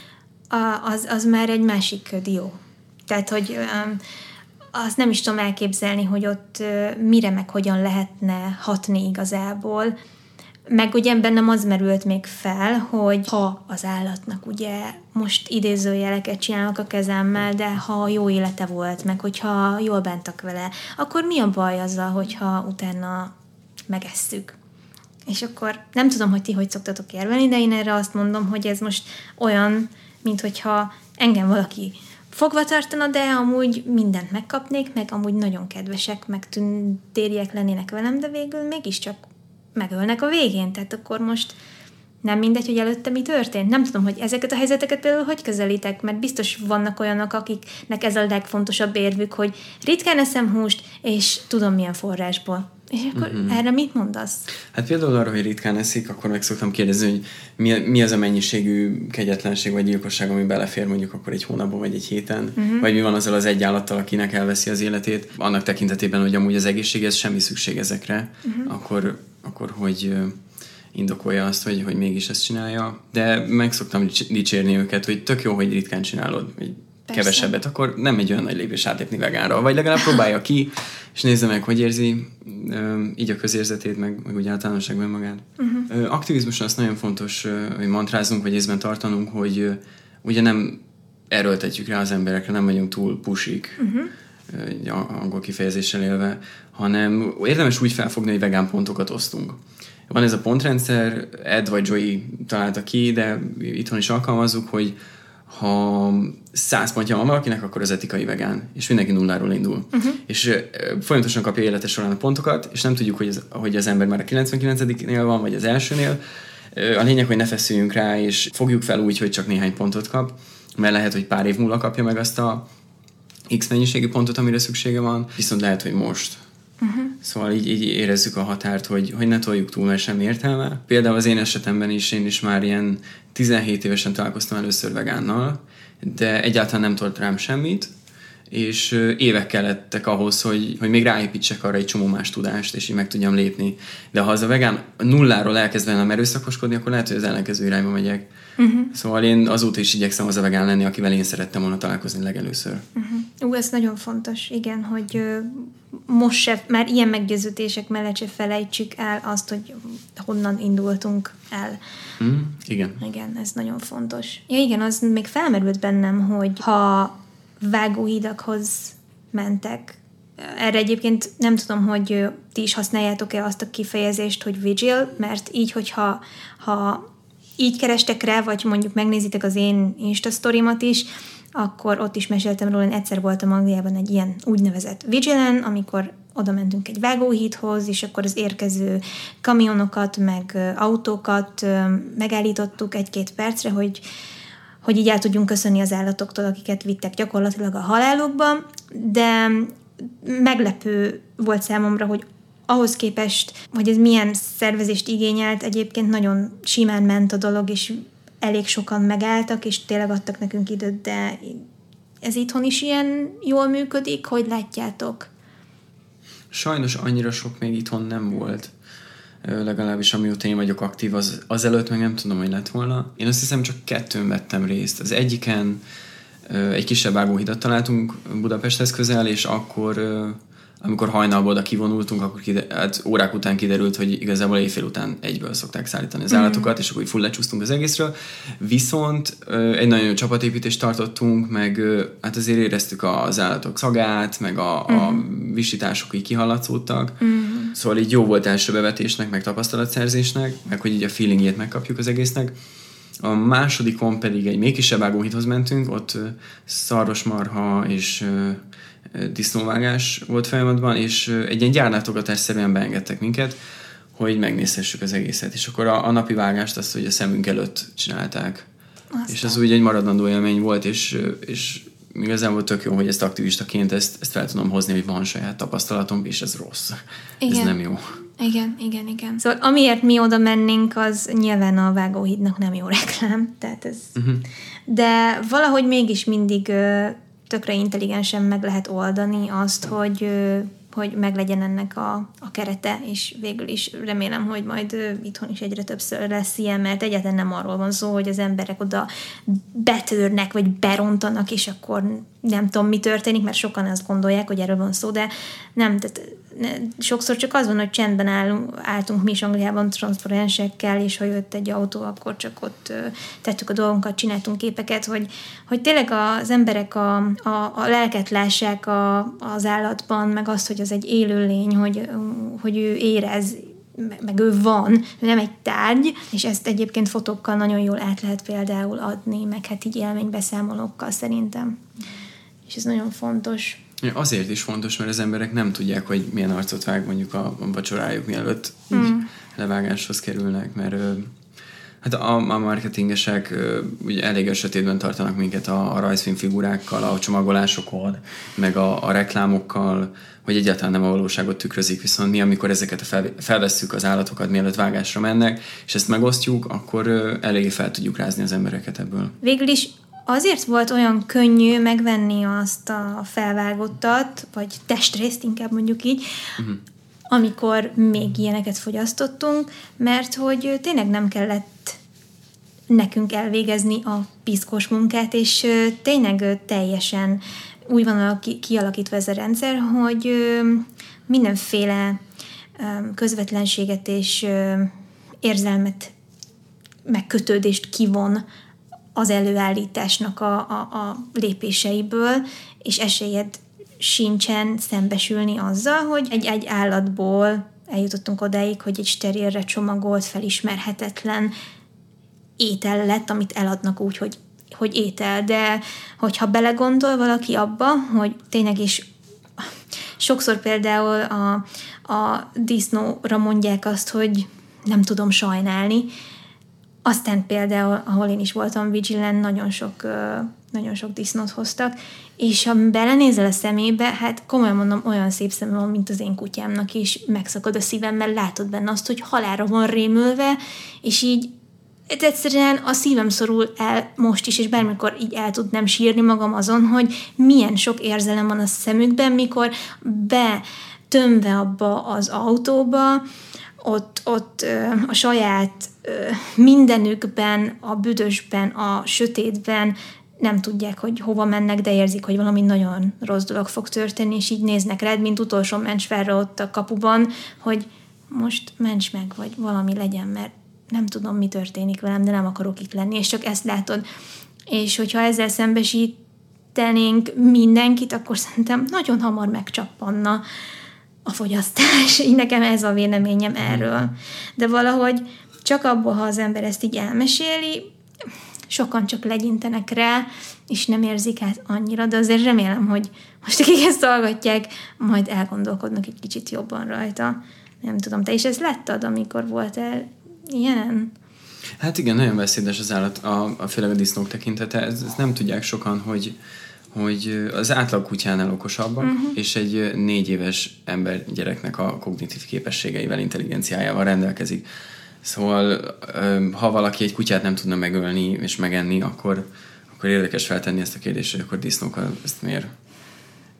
a, az, az már egy másik dió. Tehát, hogy um, azt nem is tudom elképzelni, hogy ott uh, mire meg hogyan lehetne hatni igazából. Meg ugye bennem az merült még fel, hogy ha az állatnak ugye most idézőjeleket csinálok a kezemmel, de ha jó élete volt, meg hogyha jól bántak vele, akkor mi a baj azzal, hogyha utána megesszük? És akkor nem tudom, hogy ti hogy szoktatok érvelni, de én erre azt mondom, hogy ez most olyan, mint hogyha engem valaki fogva tartana, de amúgy mindent megkapnék, meg amúgy nagyon kedvesek, meg tündériek lennének velem, de végül mégiscsak megölnek a végén, tehát akkor most nem mindegy, hogy előtte mi történt. Nem tudom, hogy ezeket a helyzeteket például hogy kezelitek, mert biztos vannak olyanok, akiknek ez a legfontosabb érvük, hogy ritkán eszem húst, és tudom milyen forrásból. És akkor uh-huh. erre mit mondasz? Hát például arra, hogy ritkán eszik, akkor meg szoktam kérdezni, hogy mi, mi az a mennyiségű kegyetlenség vagy gyilkosság, ami belefér mondjuk akkor egy hónapban vagy egy héten, uh-huh. vagy mi van azzal az egy állattal, akinek elveszi az életét, annak tekintetében, hogy amúgy az egészséghez semmi szükség ezekre, uh-huh. akkor, akkor hogy indokolja azt, hogy, hogy mégis ezt csinálja. De meg szoktam dicsérni őket, hogy tök jó, hogy ritkán csinálod, hogy Persze. kevesebbet, akkor nem egy olyan nagy lépés átlépni vegánra, vagy legalább próbálja ki, és nézze meg, hogy érzi így a közérzetét, meg, meg úgy általánosságban magát. Uh-huh. Aktivizmusra azt nagyon fontos, hogy mantráznunk, vagy észben tartanunk, hogy ugye nem erőltetjük rá az emberekre, nem vagyunk túl pusik, uh-huh. angol kifejezéssel élve, hanem érdemes úgy felfogni, hogy vegán pontokat osztunk. Van ez a pontrendszer, Ed vagy Joey találta ki, de itthon is alkalmazzuk, hogy ha száz pontja van valakinek, akkor az etikai vegán, és mindenki nulláról indul. Uh-huh. És uh, folyamatosan kapja élete során a pontokat, és nem tudjuk, hogy az, hogy az ember már a kilencvenkilencediknél van, vagy az elsőnél. Uh, a lényeg, hogy ne feszüljünk rá, és fogjuk fel úgy, hogy csak néhány pontot kap, mert lehet, hogy pár év múlva kapja meg azt a X mennyiségű pontot, amire szüksége van, viszont lehet, hogy most. Uh-huh. Szóval így, így érezzük a határt, hogy, hogy ne toljuk túl, mert semmi értelme. Például az én esetemben is, én is már ilyen tizenhét évesen találkoztam először vegánnal, de egyáltalán nem tolt rám semmit, és évek kellettek ahhoz, hogy, hogy még ráépítsek arra egy csomó más tudást, és így meg tudjam lépni. De ha az a vegán nulláról elkezd velem erőszakoskodni, akkor lehet, hogy az ellenkező irányba megyek. Uh-huh. Szóval én azóta is igyekszem az a vegán lenni, akivel én szerettem volna találkozni legelőször. Uh-huh. Ú, ez nagyon fontos, igen, hogy ö, most se, már ilyen meggyőződések mellett se felejtsük el azt, hogy honnan indultunk el. Mm, igen. Igen, ez nagyon fontos. Ja igen, az még felmerült bennem, hogy ha vágóhídakhoz mentek, erre egyébként nem tudom, hogy ti is használjátok-e azt a kifejezést, hogy vigil, mert így, hogyha ha így kerestek rá, vagy mondjuk megnézitek az én Insta sztorimat is, akkor ott is meséltem róla, hogy egyszer voltam Angliában egy ilyen úgynevezett vigilen, amikor oda mentünk egy vágóhídhoz, és akkor az érkező kamionokat, meg autókat megállítottuk egy-két percre, hogy, hogy így el tudjunk köszönni az állatoktól, akiket vittek gyakorlatilag a halálukba, de meglepő volt számomra, hogy ahhoz képest, hogy ez milyen szervezést igényelt, egyébként nagyon simán ment a dolog, és elég sokan megálltak, és tényleg adtak nekünk időt, de ez itthon is ilyen jól működik? Hogy látjátok? Sajnos annyira sok még itthon nem volt. legalábbis amióta én vagyok aktív, az, azelőtt meg nem tudom, hogy lett volna. Én azt hiszem csak kettőn vettem részt. Az egyiken egy kisebb vágóhidat találtunk Budapesthez közel, és akkor, amikor hajnalból oda kivonultunk, akkor kider- hát órák után kiderült, hogy igazából éjfél után egyből szokták szállítani az állatokat, mm. és akkor full lecsúsztunk az egészről. Viszont egy nagyon jó csapatépítést tartottunk, meg hát azért éreztük az állatok szagát, meg a, mm. a visítások így kihallatszódtak. Mm. Szóval így jó volt első bevetésnek, meg tapasztalatszerzésnek, meg hogy így a feelingjét megkapjuk az egésznek. A másodikon pedig egy még kisebb vágóhídhoz mentünk, ott szarvasmarha és disznóvágás volt folyamatban, és egy ilyen gyárlátogatásszerűen beengedtek minket, hogy megnézhessük az egészet. És akkor a, a napi vágást azt, hogy a szemünk előtt csinálták. Aztán. És az úgy egy maradandó élmény volt, és, és igazából tök jó, hogy ezt aktivistaként ezt, ezt fel tudom hozni, hogy van saját tapasztalatom, és ez rossz. Igen. Ez nem jó. Igen, igen, igen. Szóval amiért mi oda mennénk, az nyilván a vágóhídnak nem jó reklám, tehát ez... Uh-huh. De valahogy mégis mindig ö, tökre intelligensen meg lehet oldani azt, hogy, ö, hogy meglegyen ennek a, a kerete, és végül is remélem, hogy majd ö, itthon is egyre többször lesz ilyen, mert egyáltalán nem arról van szó, hogy az emberek oda betörnek, vagy berontanak, és akkor nem tudom, mi történik, mert sokan azt gondolják, hogy erről van szó, de nem, tehát ne, sokszor csak az van, hogy csendben állunk, álltunk mi is Angliában transzparensekkel, és ha jött egy autó, akkor csak ott ö, tettük a dolgunkat, csináltunk képeket, hogy, hogy tényleg az emberek a, a, a lelket lássák a, az állatban, meg azt, hogy az egy élőlény, hogy, hogy ő érez, meg ő van, nem egy tárgy, és ezt egyébként fotókkal nagyon jól át lehet például adni, meg hát így élménybeszámolókkal szerintem. És ez nagyon fontos. Azért is fontos, mert az emberek nem tudják, hogy milyen arcot vág mondjuk a vacsorájuk, mielőtt mm. így levágáshoz kerülnek, mert hát a, a marketingesek ugye elég sötétben tartanak minket a, a rajzfilmfigurákkal, a csomagolásokon, meg a, a reklámokkal, hogy egyáltalán nem a valóságot tükrözik, viszont mi, amikor ezeket a fel, felvesszük az állatokat, mielőtt vágásra mennek, és ezt megosztjuk, akkor eléggé fel tudjuk rázni az embereket ebből. Végül is azért volt olyan könnyű megvenni azt a felvágottat, vagy testrészt, inkább mondjuk így, uh-huh. amikor még ilyeneket fogyasztottunk, mert hogy tényleg nem kellett nekünk elvégezni a piszkos munkát, és tényleg teljesen úgy van kialakítva ez a rendszer, hogy mindenféle közvetlenséget és érzelmet, megkötődést kivon az előállításnak a, a, a lépéseiből, és esélyed sincsen szembesülni azzal, hogy egy, egy állatból eljutottunk odáig, hogy egy sterilre csomagolt, felismerhetetlen étel lett, amit eladnak úgy, hogy, hogy étel. De hogyha belegondol valaki abba, hogy tényleg is sokszor például a, a disznóra mondják azt, hogy nem tudom sajnálni. Aztán például, ahol én is voltam Vigilen, nagyon sok, nagyon sok disznót hoztak, és ha belenézel a szemébe, hát komolyan mondom, olyan szép szeme van, mint az én kutyámnak, és megszakad a szívem, mert látod benne azt, hogy halálra van rémülve, és így egyszerűen a szívem szorul el most is, és bármikor így el tudnám sírni magam azon, hogy milyen sok érzelem van a szemükben, mikor betömve abba az autóba, ott, ott a saját mindenükben, a büdösben, a sötétben nem tudják, hogy hova mennek, de érzik, hogy valami nagyon rossz dolog fog történni, és így néznek rád, mint utolsó ments felre ott a kapuban, hogy most ments meg, vagy valami legyen, mert nem tudom, mi történik velem, de nem akarok itt lenni, és csak ezt látod. És hogyha ezzel szembesítenénk mindenkit, akkor szerintem nagyon hamar megcsappanna a fogyasztás. Így nekem ez a véleményem erről. De valahogy csak abból, ha az ember ezt így elmeséli, sokan csak legyintenek rá, és nem érzik át annyira, de azért remélem, hogy most akik ezt hallgatják, majd elgondolkodnak egy kicsit jobban rajta. Nem tudom, te is ezt láttad, amikor voltál ilyenen? Hát igen, nagyon beszédes az állat, a, a főleg a disznók tekintete. Ezt, ezt nem tudják sokan, hogy, hogy az átlag kutyánál okosabbak, uh-huh. és egy négy éves ember gyereknek a kognitív képességeivel, intelligenciájával rendelkezik. Szóval ha valaki egy kutyát nem tudna megölni és megenni, akkor, akkor érdekes feltenni ezt a kérdést, hogy akkor disznókkal ezt miért?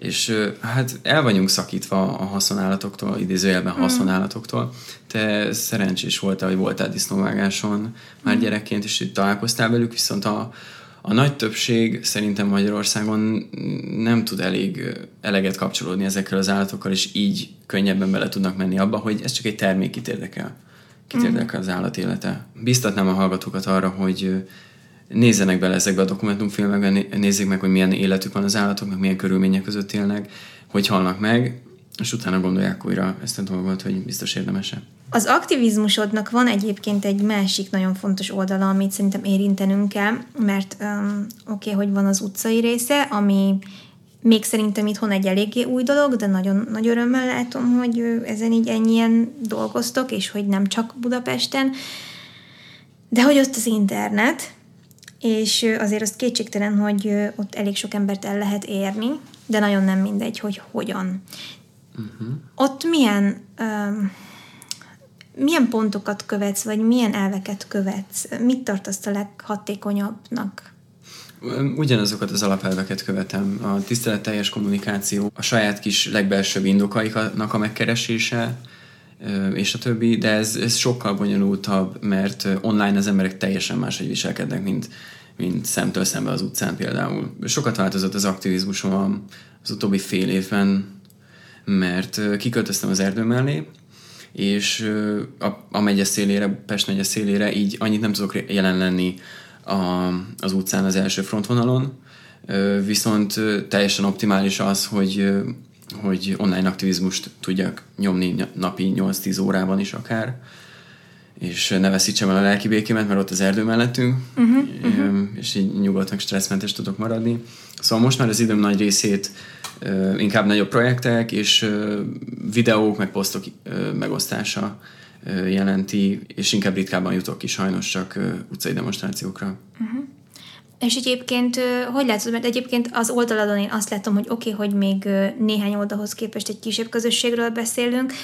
És hát el vagyunk szakítva a haszonállatoktól, idézőjelben haszonállatoktól. Te szerencsés voltál, hogy voltál disznóvágáson már gyerekként, és itt találkoztál velük, viszont a, a nagy többség szerintem Magyarországon nem tud elég eleget kapcsolódni ezekkel az állatokkal, és így könnyebben bele tudnak menni abba, hogy ez csak egy termék, kit érdekel. Kit érdekel az állat élete. Biztatnám a hallgatókat arra, hogy nézzenek bele ezekbe a dokumentumfilmekben, nézzék meg, hogy milyen életük van az állatoknak, milyen körülmények között élnek, hogy halnak meg, és utána gondolják újra ezt a dolgot, hogy biztos érdemes-e. Az aktivizmusodnak van egyébként egy másik nagyon fontos oldala, amit szerintem érintenünk kell, mert um, oké, okay, hogy van az utcai része, ami még szerintem itthon egy eléggé új dolog, de nagyon nagy örömmel látom, hogy ezen így ennyien dolgoztok, és hogy nem csak Budapesten, de hogy ott az internet, és azért az kétségtelen, hogy ott elég sok embert el lehet érni, de nagyon nem mindegy, hogy hogyan. Uh-huh. Ott milyen, um, milyen pontokat követsz, vagy milyen elveket követsz? Mit tartasz a leghatékonyabbnak? Ugyanazokat az alapelveket követem. A tiszteletteljes kommunikáció, a saját kis legbelsőbb indokaiknak a megkeresése, és a többi, de ez, ez sokkal bonyolultabb, mert online az emberek teljesen máshogy viselkednek, mint, mint szemtől szembe az utcán például. Sokat változott az aktivizmusom az utóbbi fél évben, mert kiköltöztem az erdő mellé, és a, a megye szélére, Pest megye szélére, így annyit nem tudok jelen lenni a, az utcán az első frontvonalon, viszont teljesen optimális az, hogy hogy online aktivizmust tudjak nyomni napi nyolc-tíz órában is akár, és ne veszítsem el a lelki békémet, mert ott az erdő mellettünk, uh-huh, uh-huh. és így nyugodtan, stresszmentes tudok maradni. Szóval most már az időm nagy részét inkább nagyobb projektek és videók, meg posztok megosztása jelenti, és inkább ritkábban jutok ki sajnos csak utcai demonstrációkra. Uh-huh. És egyébként, hogy látod, mert egyébként az oldaladon én azt látom, hogy oké, okay, hogy még néhány oldalhoz képest egy kisebb közösségről beszélünk,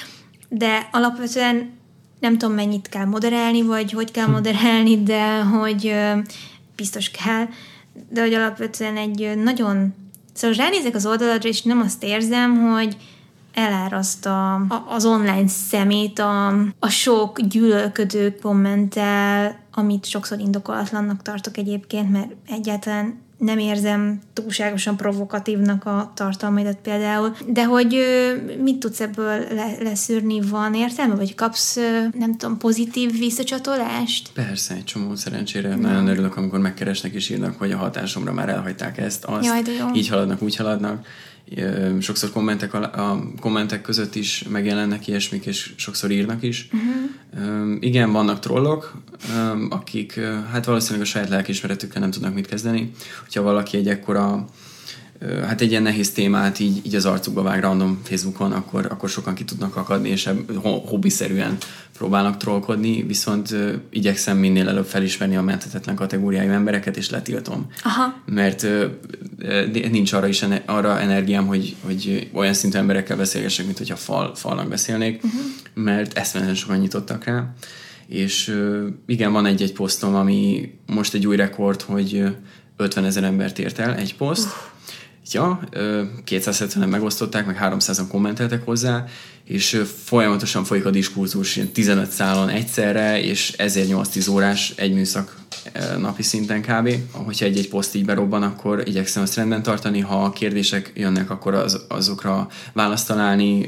de alapvetően nem tudom, mennyit kell moderálni, vagy hogy kell moderálni, de hogy biztos kell, de hogy alapvetően egy nagyon... Szóval ránézek az oldaladra, és nem azt érzem, hogy eláraszt a, a, az online szemét a, a sok gyűlölködő kommenttel, amit sokszor indokolatlannak tartok egyébként, mert egyáltalán nem érzem túlságosan provokatívnak a tartalmaidat például, de hogy mit tudsz ebből le, leszűrni, van értelme, vagy kapsz, nem tudom, pozitív visszacsatolást? Persze, egy csomó szerencsére. No. Nagyon örülök, amikor megkeresnek és írnak, hogy a hatásomra már elhagyták ezt, azt, Jaj, így haladnak, úgy haladnak. Sokszor kommentek, a kommentek között is megjelennek ilyesmik, és sokszor írnak is. Uh-huh. Igen, vannak trollok, akik hát valószínűleg a saját lelkiismeretükkel nem tudnak mit kezdeni. Hogyha valaki egy ekkora, hát egy ilyen nehéz témát így, így az arcukba vág random Facebookon, akkor, akkor sokan ki tudnak akadni, és hobbiszerűen próbálnak trollkodni, viszont uh, igyekszem minél előbb felismerni a menthetetlen kategóriájú embereket, és letiltom. Aha. Mert uh, nincs arra is ene- arra energiám, hogy, hogy olyan szintű emberekkel beszélgessek, mint hogyha fal, falnak beszélnék, uh-huh. mert eszméletlen sokan nyitottak rá. És uh, igen, van egy-egy posztom, ami most egy új rekord, hogy ötvenezer embert ért el egy poszt. Uh. Ja, kétszázhetvenen megosztották, meg háromszázan kommenteltek hozzá, és folyamatosan folyik a diskurzus ilyen tizenöt szálon egyszerre, és ezért nyolc-tíz órás egy műszak napi szinten kb. Hogyha egy-egy poszt így berobban, akkor igyekszem azt rendben tartani, ha kérdések jönnek, akkor az, azokra választ találni,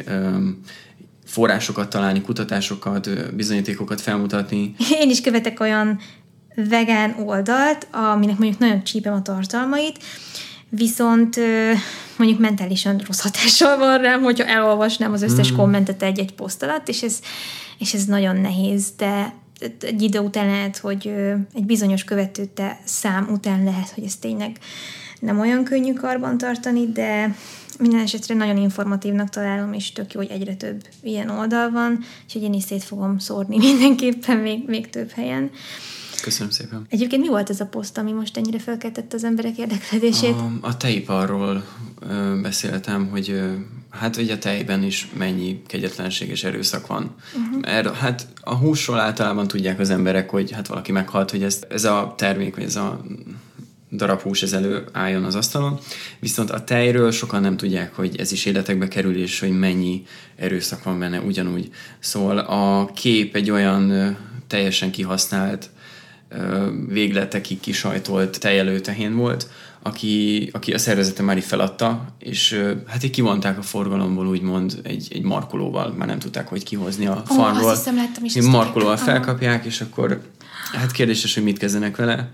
forrásokat találni, kutatásokat, bizonyítékokat felmutatni. Én is követek olyan vegán oldalt, aminek mondjuk nagyon csípem a tartalmait, viszont mondjuk mentálisan rossz hatással van rám, hogyha elolvasnám az összes mm. kommentet egy-egy poszt alatt, és ez, és ez nagyon nehéz, de egy idő után lehet, hogy egy bizonyos követőte szám után lehet, hogy ez tényleg nem olyan könnyű karban tartani, de minden esetre nagyon informatívnak találom, és tök jó, hogy egyre több ilyen oldal van, úgyhogy én is szét fogom szórni mindenképpen még, még több helyen. Köszönöm szépen. Egyébként mi volt ez a poszt, ami most ennyire felkeltette az emberek érdeklődését? A, a tejiparról ö, beszéltem, hogy ö, hát ugye a tejben is mennyi kegyetlenség és erőszak van. Uh-huh. Mert hát a húsról általában tudják az emberek, hogy hát valaki meghalt, hogy ez, ez a termék, vagy ez a darab hús ez elő álljon az asztalon, viszont a tejről sokan nem tudják, hogy ez is életekbe kerül, és hogy mennyi erőszak van benne ugyanúgy. Szóval a kép egy olyan teljesen kihasznált, végletekig kisajtolt tejelőtehén volt, aki, aki a szervezete már így feladta, és hát így kivonták a forgalomból, úgymond egy, egy markolóval, már nem tudták, hogy kihozni a oh, farmról. Azt hiszem, láttam is. Markolóval felkapják, és akkor hát kérdéses, hogy mit kezdenek vele.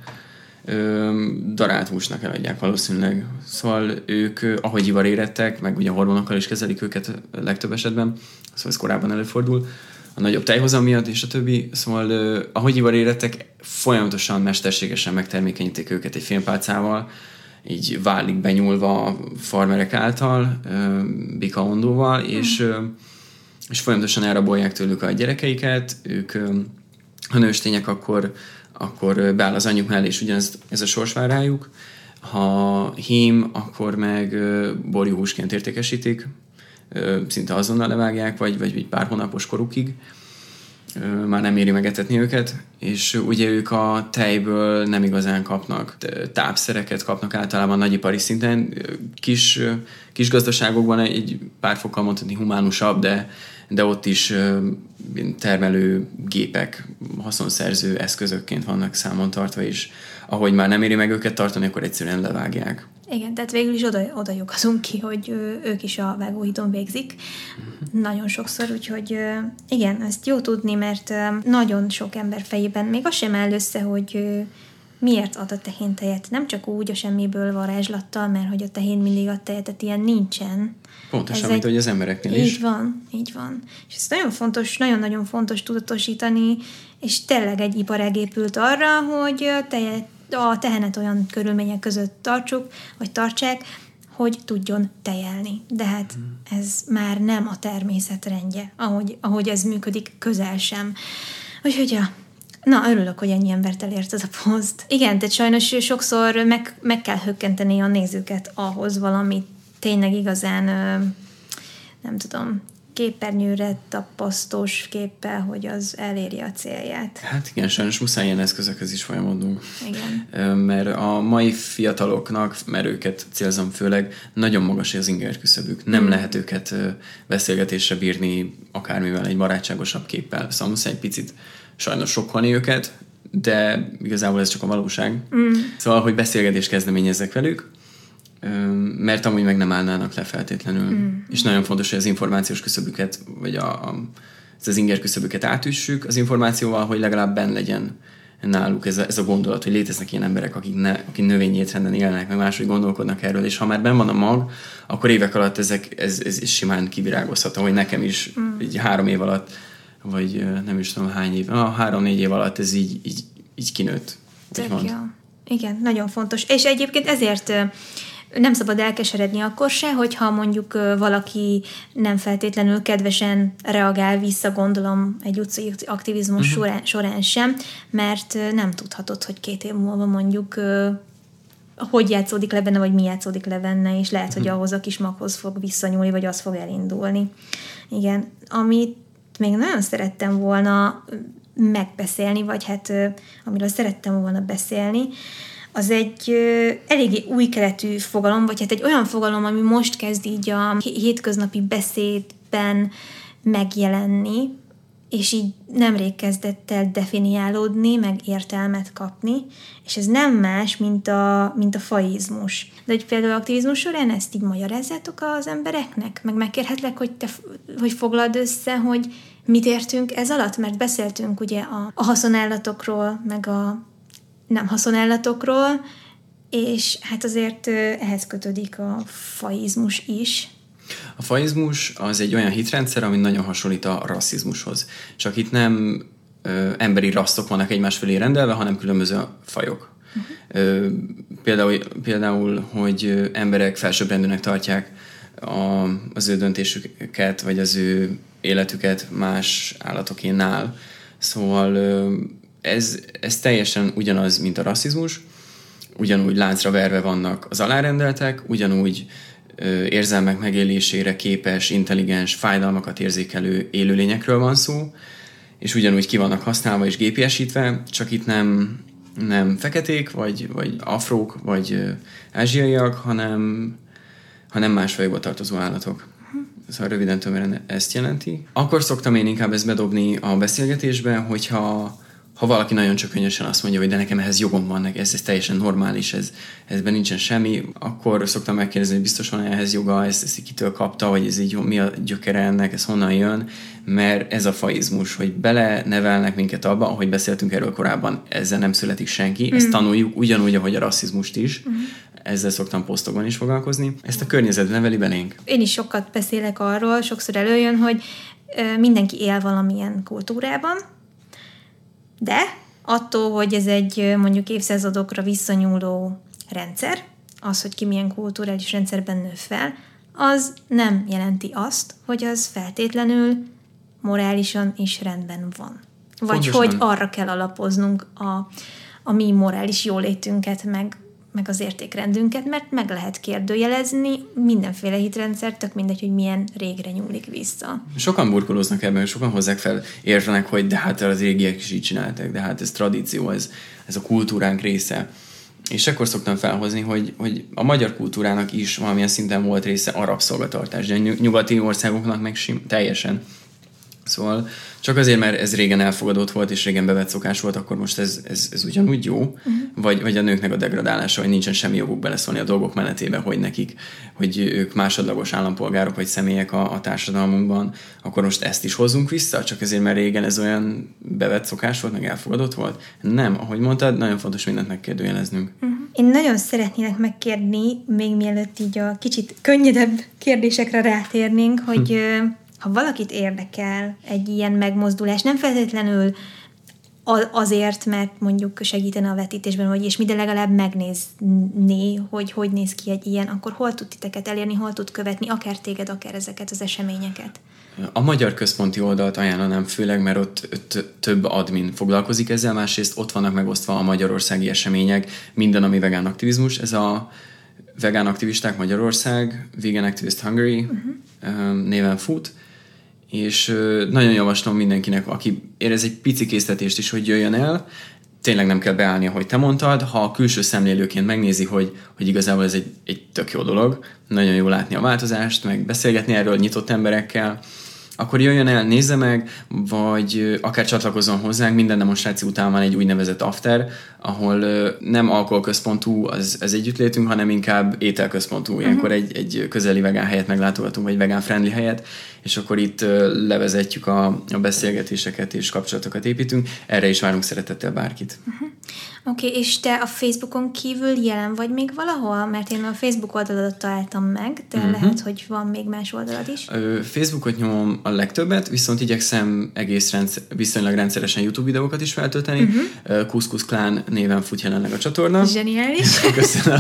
Darált húsnak eladják valószínűleg. Szóval ők, ahogy ivar érettek, meg ugye hormonokkal is kezelik őket legtöbb esetben, szóval ez korábban előfordul, a nagyobb tejhozam miatt, és a többi. Szóval ahogy ivar érettek, folyamatosan, mesterségesen megtermékenyítik őket egy fémpálcával, így válik benyúlva a farmerek által, bikaondóval, mm. és, és folyamatosan elrabolják tőlük a gyerekeiket. Ők, ha nőstények, akkor akkor beáll az anyjuk mellé, és ugyanez ez a sors vár rájuk. Ha hím, akkor meg borjúhúsként értékesítik, szinte azonnal levágják, vagy, vagy egy pár hónapos korukig. Már nem éri megetetni őket, és ugye ők a tejből nem igazán kapnak tápszereket, kapnak általában nagyipari szinten. Kis, kis gazdaságokban egy pár fokkal mondhatni humánusabb, de de ott is termelő gépek, haszonszerző eszközökként vannak számon tartva, és ahogy már nem éri meg őket tartani, akkor egyszerűen levágják. Igen, tehát végül is oda, oda lyukazunk ki, hogy ők is a vágóhídon végzik. Uh-huh. Nagyon sokszor, úgyhogy igen, ezt jó tudni, mert nagyon sok ember fejében még az sem áll össze, hogy miért ad a tehén tejet. Nem csak úgy a semmiből varázslattal, mert hogy a tehén mindig ad tejet, tehát ilyen nincsen. Pontosan, ez mint egy... hogy az embereknél is. Így van, így van. És ez nagyon fontos, nagyon-nagyon fontos tudatosítani, és tényleg egy iparág épült arra, hogy a, tejet, a tehenet olyan körülmények között tartsuk, vagy tartsák, hogy tudjon tejelni. De hát hmm. ez már nem a természet rendje, ahogy, ahogy ez működik, közel sem. Úgyhogy ja, na, örülök, hogy ennyi embert elért ez a poszt. Igen, tehát sajnos sokszor meg, meg kell hökkenteni a nézőket ahhoz valamit, tényleg igazán, nem tudom, képernyőre tapasztós képpel, hogy az eléri a célját. Hát igen, sajnos muszáj ilyen eszközökhöz is folyamodnunk. Igen. Mert a mai fiataloknak, mert őket célzom főleg, nagyon magas az inger küszöbük. Nem hmm. lehet őket beszélgetésre bírni akármivel, egy barátságosabb képpel. Szóval muszáj egy picit sajnos sokkolni őket, de igazából ez csak a valóság. Hmm. Szóval, hogy beszélgetést kezdeményezzek velük, mert amúgy meg nem állnának le feltétlenül. Mm. És nagyon fontos, hogy az információs küszöbüket, vagy a, a, az inger küszöbüket átüssük az információval, hogy legalább benn legyen náluk ez a, ez a gondolat, hogy léteznek ilyen emberek, akik, ne, akik növényétrenden élnek, meg máshogy gondolkodnak erről, és ha már benn van a mag, akkor évek alatt ezek, ez, ez simán kivirágozhat, hogy nekem is mm. így három év alatt, vagy nem is tudom hány év, ah, három-négy év alatt ez így, így, így kinőtt. Tök jó. Igen, nagyon fontos. És egyébként ezért nem szabad elkeseredni akkor se, hogyha mondjuk valaki nem feltétlenül kedvesen reagál vissza, gondolom, egy utcai aktivizmus uh-huh. során, során sem, mert nem tudhatod, hogy két év múlva mondjuk hogy játszódik le benne, vagy mi játszódik le benne, és lehet, uh-huh. hogy ahhoz a kis maghoz fog visszanyúlni, vagy az fog elindulni. Igen, amit még nagyon szerettem volna megbeszélni, vagy hát amiről szerettem volna beszélni, az egy ö, eléggé új keletű fogalom, vagy hát egy olyan fogalom, ami most kezd így a hétköznapi beszédben megjelenni, és így nemrég kezdett el definiálódni, meg értelmet kapni, és ez nem más, mint a, mint a faizmus. De hogy például aktivizmus során ezt így magyarázzátok az embereknek? Meg megkérhetlek, hogy te hogy foglald össze, hogy mit értünk ez alatt? Mert beszéltünk ugye a, a haszonállatokról, meg a nem haszonállatokról, és hát azért ehhez kötődik a faizmus is. A faizmus az egy olyan hitrendszer, ami nagyon hasonlít a rasszizmushoz. Csak itt nem ö, emberi rasszok vannak egymás fölé rendelve, hanem különböző fajok. Uh-huh. Ö, például, például, hogy emberek felsőbbrendűnek tartják a, az ő döntésüket, vagy az ő életüket más állatokénál. Szóval ö, Ez, ez teljesen ugyanaz, mint a rasszizmus, ugyanúgy láncra verve vannak az alárendeltek, ugyanúgy ö, érzelmek megélésére képes, intelligens, fájdalmakat érzékelő élőlényekről van szó, és ugyanúgy ki vannak használva és gépiesítve, csak itt nem, nem feketék, vagy, vagy afrók, vagy ázsiaiak, hanem, hanem más fajokba tartozó állatok. Szóval röviden tömören ezt jelenti. Akkor szoktam én inkább ezt bedobni a beszélgetésbe, hogyha ha valaki nagyon csökönyösen azt mondja, hogy de nekem ehhez jogom van, ez, ez teljesen normális, ez, ezben nincsen semmi, akkor szoktam megkérdezni, hogy biztos van ehhez joga, ezt, ezt kitől kapta, vagy ez így mi a gyökere ennek, ez honnan jön, mert ez a faizmus, hogy bele nevelnek minket abba, ahogy beszéltünk erről korábban, ezzel nem születik senki, mm. ezt tanuljuk ugyanúgy, ahogy a rasszizmust is, mm. ezzel szoktam posztokban is foglalkozni. Ezt a környezet neveli belénk. Én is sokat beszélek arról, sokszor előjön, hogy mindenki él valamilyen kultúrában, de attól, hogy ez egy mondjuk évszázadokra visszanyúló rendszer, az, hogy ki milyen kulturális rendszerben nő fel, az nem jelenti azt, hogy az feltétlenül morálisan is rendben van. Vagy Pontosan. Hogy arra kell alapoznunk a, a mi morális jólétünket, meg, meg az értékrendünket, mert meg lehet kérdőjelezni mindenféle hitrendszer, tök mindegy, hogy milyen régre nyúlik vissza. Sokan burkolóznak ebben, sokan hozzák fel, értenek, hogy de hát az régiek is így csináltak, de hát ez tradíció, ez, ez a kultúránk része. És ekkor szoktam felhozni, hogy, hogy a magyar kultúrának is valamilyen szinten volt része a rabszolgatartás, de a nyugati országoknak meg sim, teljesen. Szóval csak azért, mert ez régen elfogadott volt, és régen bevett szokás volt, akkor most ez, ez, ez ugyanúgy jó, uh-huh. vagy, vagy a nőknek a degradálása, hogy nincsen semmi joguk beleszólni a dolgok menetébe, hogy nekik, hogy ők másodlagos állampolgárok, vagy személyek a, a társadalmunkban, akkor most ezt is hozzunk vissza, csak azért, mert régen ez olyan bevett szokás volt, meg elfogadott volt. Nem, ahogy mondtad, nagyon fontos mindent megkérdőjeleznünk. Uh-huh. Én nagyon szeretnélek megkérni, még mielőtt így a kicsit könnyedebb kérdésekre rátérnénk, hogy... Hm. Ha valakit érdekel egy ilyen megmozdulás, nem feltétlenül azért, mert mondjuk segítene a vetítésben, vagy és mi, de legalább megnézni, hogy hogy néz ki egy ilyen, akkor hol tud titeket elérni, hol tud követni, akár téged, akár ezeket az eseményeket? A magyar központi oldalt ajánlanám főleg, mert ott, ott több admin foglalkozik ezzel, másrészt ott vannak megosztva a magyarországi események, minden, ami vegán aktivizmus, ez a Vegán Aktivisták Magyarország, Vegan Activist Hungary uh-huh. néven fut, és nagyon javaslom mindenkinek, aki érez egy pici késztetést is, hogy jöjjön el. Tényleg nem kell beállni, ahogy te mondtad. Ha a külső szemlélőként megnézi, hogy, hogy igazából ez egy, egy tök jó dolog, nagyon jó látni a változást, meg beszélgetni erről nyitott emberekkel, akkor jöjjön el, nézze meg, vagy akár csatlakozzon hozzánk. Minden demonstráció után van egy úgynevezett after, ahol nem alkoholközpontú az, az együttlétünk, hanem inkább ételközpontú. Uh-huh. Ilyenkor egy, egy közeli vegán helyet meglátogatunk, vagy vegán friendly helyet, és akkor itt levezetjük a, a beszélgetéseket és kapcsolatokat építünk. Erre is várunk szeretettel bárkit. Uh-huh. Oké, okay, és te a Facebookon kívül jelen vagy még valahol? Mert én a Facebook oldaladat találtam meg, de uh-huh. lehet, hogy van még más oldalad is. Ö, Facebookot nyomom a legtöbbet, viszont igyekszem egész rendszer, viszonylag rendszeresen YouTube videókat is feltölteni. Uh-huh. Kuszkusz Klán néven fut jelenleg a csatorna. Zseniális. Köszönöm.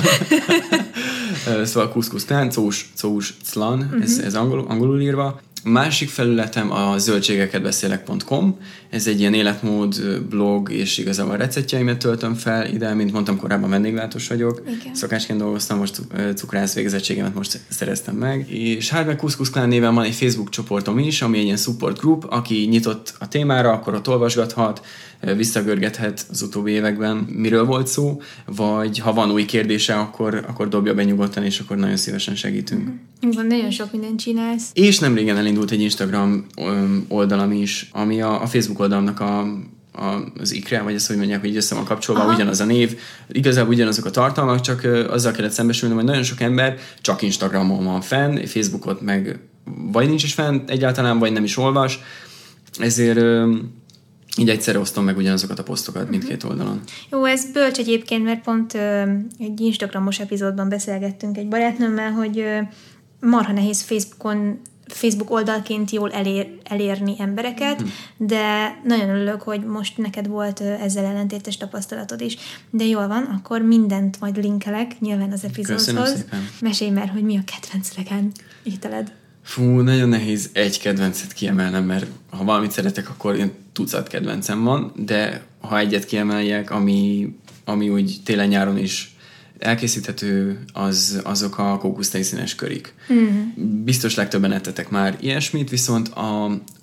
Szóval Kuszkusz Klán, Cós, Cós, Clan, uh-huh. ez, ez angol, angolul írva. Másik felületem a zöldségeket beszélek pont com. Ez egy ilyen életmód blog, és igazából receptjeimet töltöm fel ide, mint mondtam, korábban vendéglátós vagyok. Igen. Szakásként dolgoztam, most cukrász végzettségemet most szereztem meg. És hát meg Kuszkusz Klán néven van egy Facebook csoportom is, ami egy ilyen support group, aki nyitott a témára, akkor ott olvasgathat, visszagörgethet az utóbbi években, miről volt szó, vagy ha van új kérdése, akkor, akkor dobja be nyugodtan, és akkor nagyon szívesen segítünk. Van, nagyon sok mindent csinálsz. És nemrégen elindult egy Instagram oldalam is, ami a, a Facebook oldalamnak a, a, az ikre, vagy ezt, hogy mondják, hogy össze van kapcsolva, aha. ugyanaz a név, igazából ugyanazok a tartalmak, csak azzal kellett szembesülnöm, hogy nagyon sok ember csak Instagramon van fenn, Facebookot meg vagy nincs is fenn egyáltalán, vagy nem is olvas, ezért így egyszerre osztom meg ugyanazokat a posztokat mindkét oldalon. Jó, ez bölcs egyébként, mert pont ö, egy Instagramos epizódban beszélgettünk egy barátnőmmel, hogy ö, marha nehéz Facebookon, Facebook oldalként jól elér, elérni embereket, hmm. de nagyon örülök, hogy most neked volt ö, ezzel ellentétes tapasztalatod is. De jól van, akkor mindent majd linkelek, nyilván az epizódhoz. Mesélj már, hogy mi a kedvenc vegán ételed. Fú, nagyon nehéz egy kedvencet kiemelnem, mert ha valamit szeretek, akkor ilyen tucat kedvencem van, de ha egyet kiemeljek, ami, ami úgy télen-nyáron is elkészíthető, az, azok a kókusztejszínes körik. Mm. Biztos legtöbben ettetek már ilyesmit, viszont a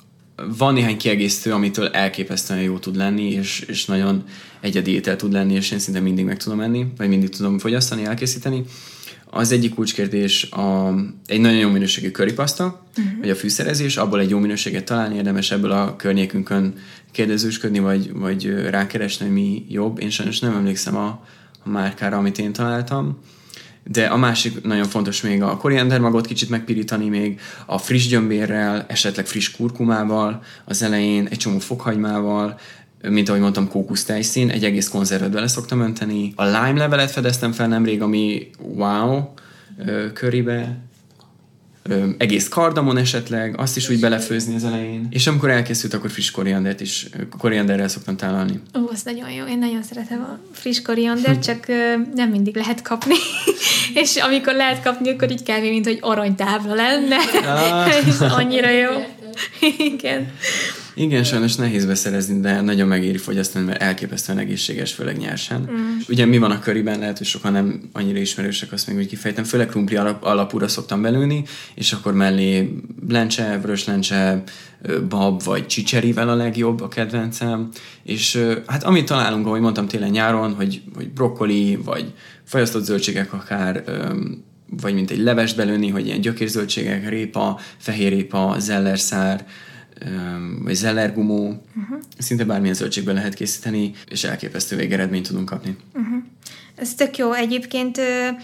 van néhány kiegészítő, amitől elképesztően jó tud lenni, és, és nagyon egyedi étel tud lenni, és én szinte mindig meg tudom enni, vagy mindig tudom fogyasztani, elkészíteni. Az egyik kulcskérdés a, egy nagyon jó minőségű currypasta, uh-huh. vagy a fűszerezés, abból egy jó minőséget találni, érdemes ebből a környékünkön kérdezősködni, vagy, vagy rákeresni, hogy mi jobb. Én sajnos nem emlékszem a, a márkára, amit én találtam. De a másik nagyon fontos még a koriandermagot kicsit megpirítani még, a friss gyömbérrel, esetleg friss kurkumával, az elején egy csomó fokhagymával, mint ahogy mondtam, kókusztejszín, egy egész konzervet bele szoktam önteni. A lime levelet fedeztem fel nemrég, ami wow, currybe, egész kardamon esetleg, azt is úgy belefőzni az elején. És amikor elkészült, akkor friss koriandert is, korianderrel szoktam tálalni. Ó, az nagyon jó. Én nagyon szeretem a friss koriandert, csak nem mindig lehet kapni. És amikor lehet kapni, akkor így kb. Mint hogy aranytábla lenne. Ah. És annyira jó. Igen. Igen, sajnos nehéz beszerezni, de nagyon megéri fogyasztani, mert elképesztően egészséges, főleg nyersen. Mm. Ugye mi van a curryben, lehet, hogy sokan nem annyira ismerősek, azt még úgy kifejtem. Főleg krumpli alap, alapúra szoktam belőni, és akkor mellé lencse, vörös lencse, bab vagy csicserivel a legjobb a kedvencem. És hát amit találunk, ahogy mondtam télen-nyáron, hogy, hogy brokkoli, vagy fagyasztott zöldségek akár, vagy mint egy levest belőni, hogy ilyen gyökérzöldségek, répa, fehérrépa, zellerszár, vagy zellergumó, uh-huh. szinte bármilyen zöldségből lehet készíteni, és elképesztő végeredményt tudunk kapni. Uh-huh. Ez tök jó. Egyébként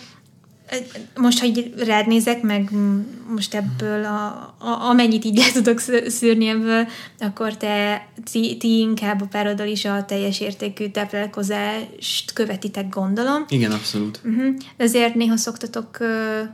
most, hogy rád nézek, meg most ebből, a, a, amennyit így le tudok szűrni ebből, akkor te ti, ti inkább a pároddal is a teljes értékű táplálkozást követitek, gondolom. Igen, abszolút. Uh-huh. Ezért néha szoktatok uh,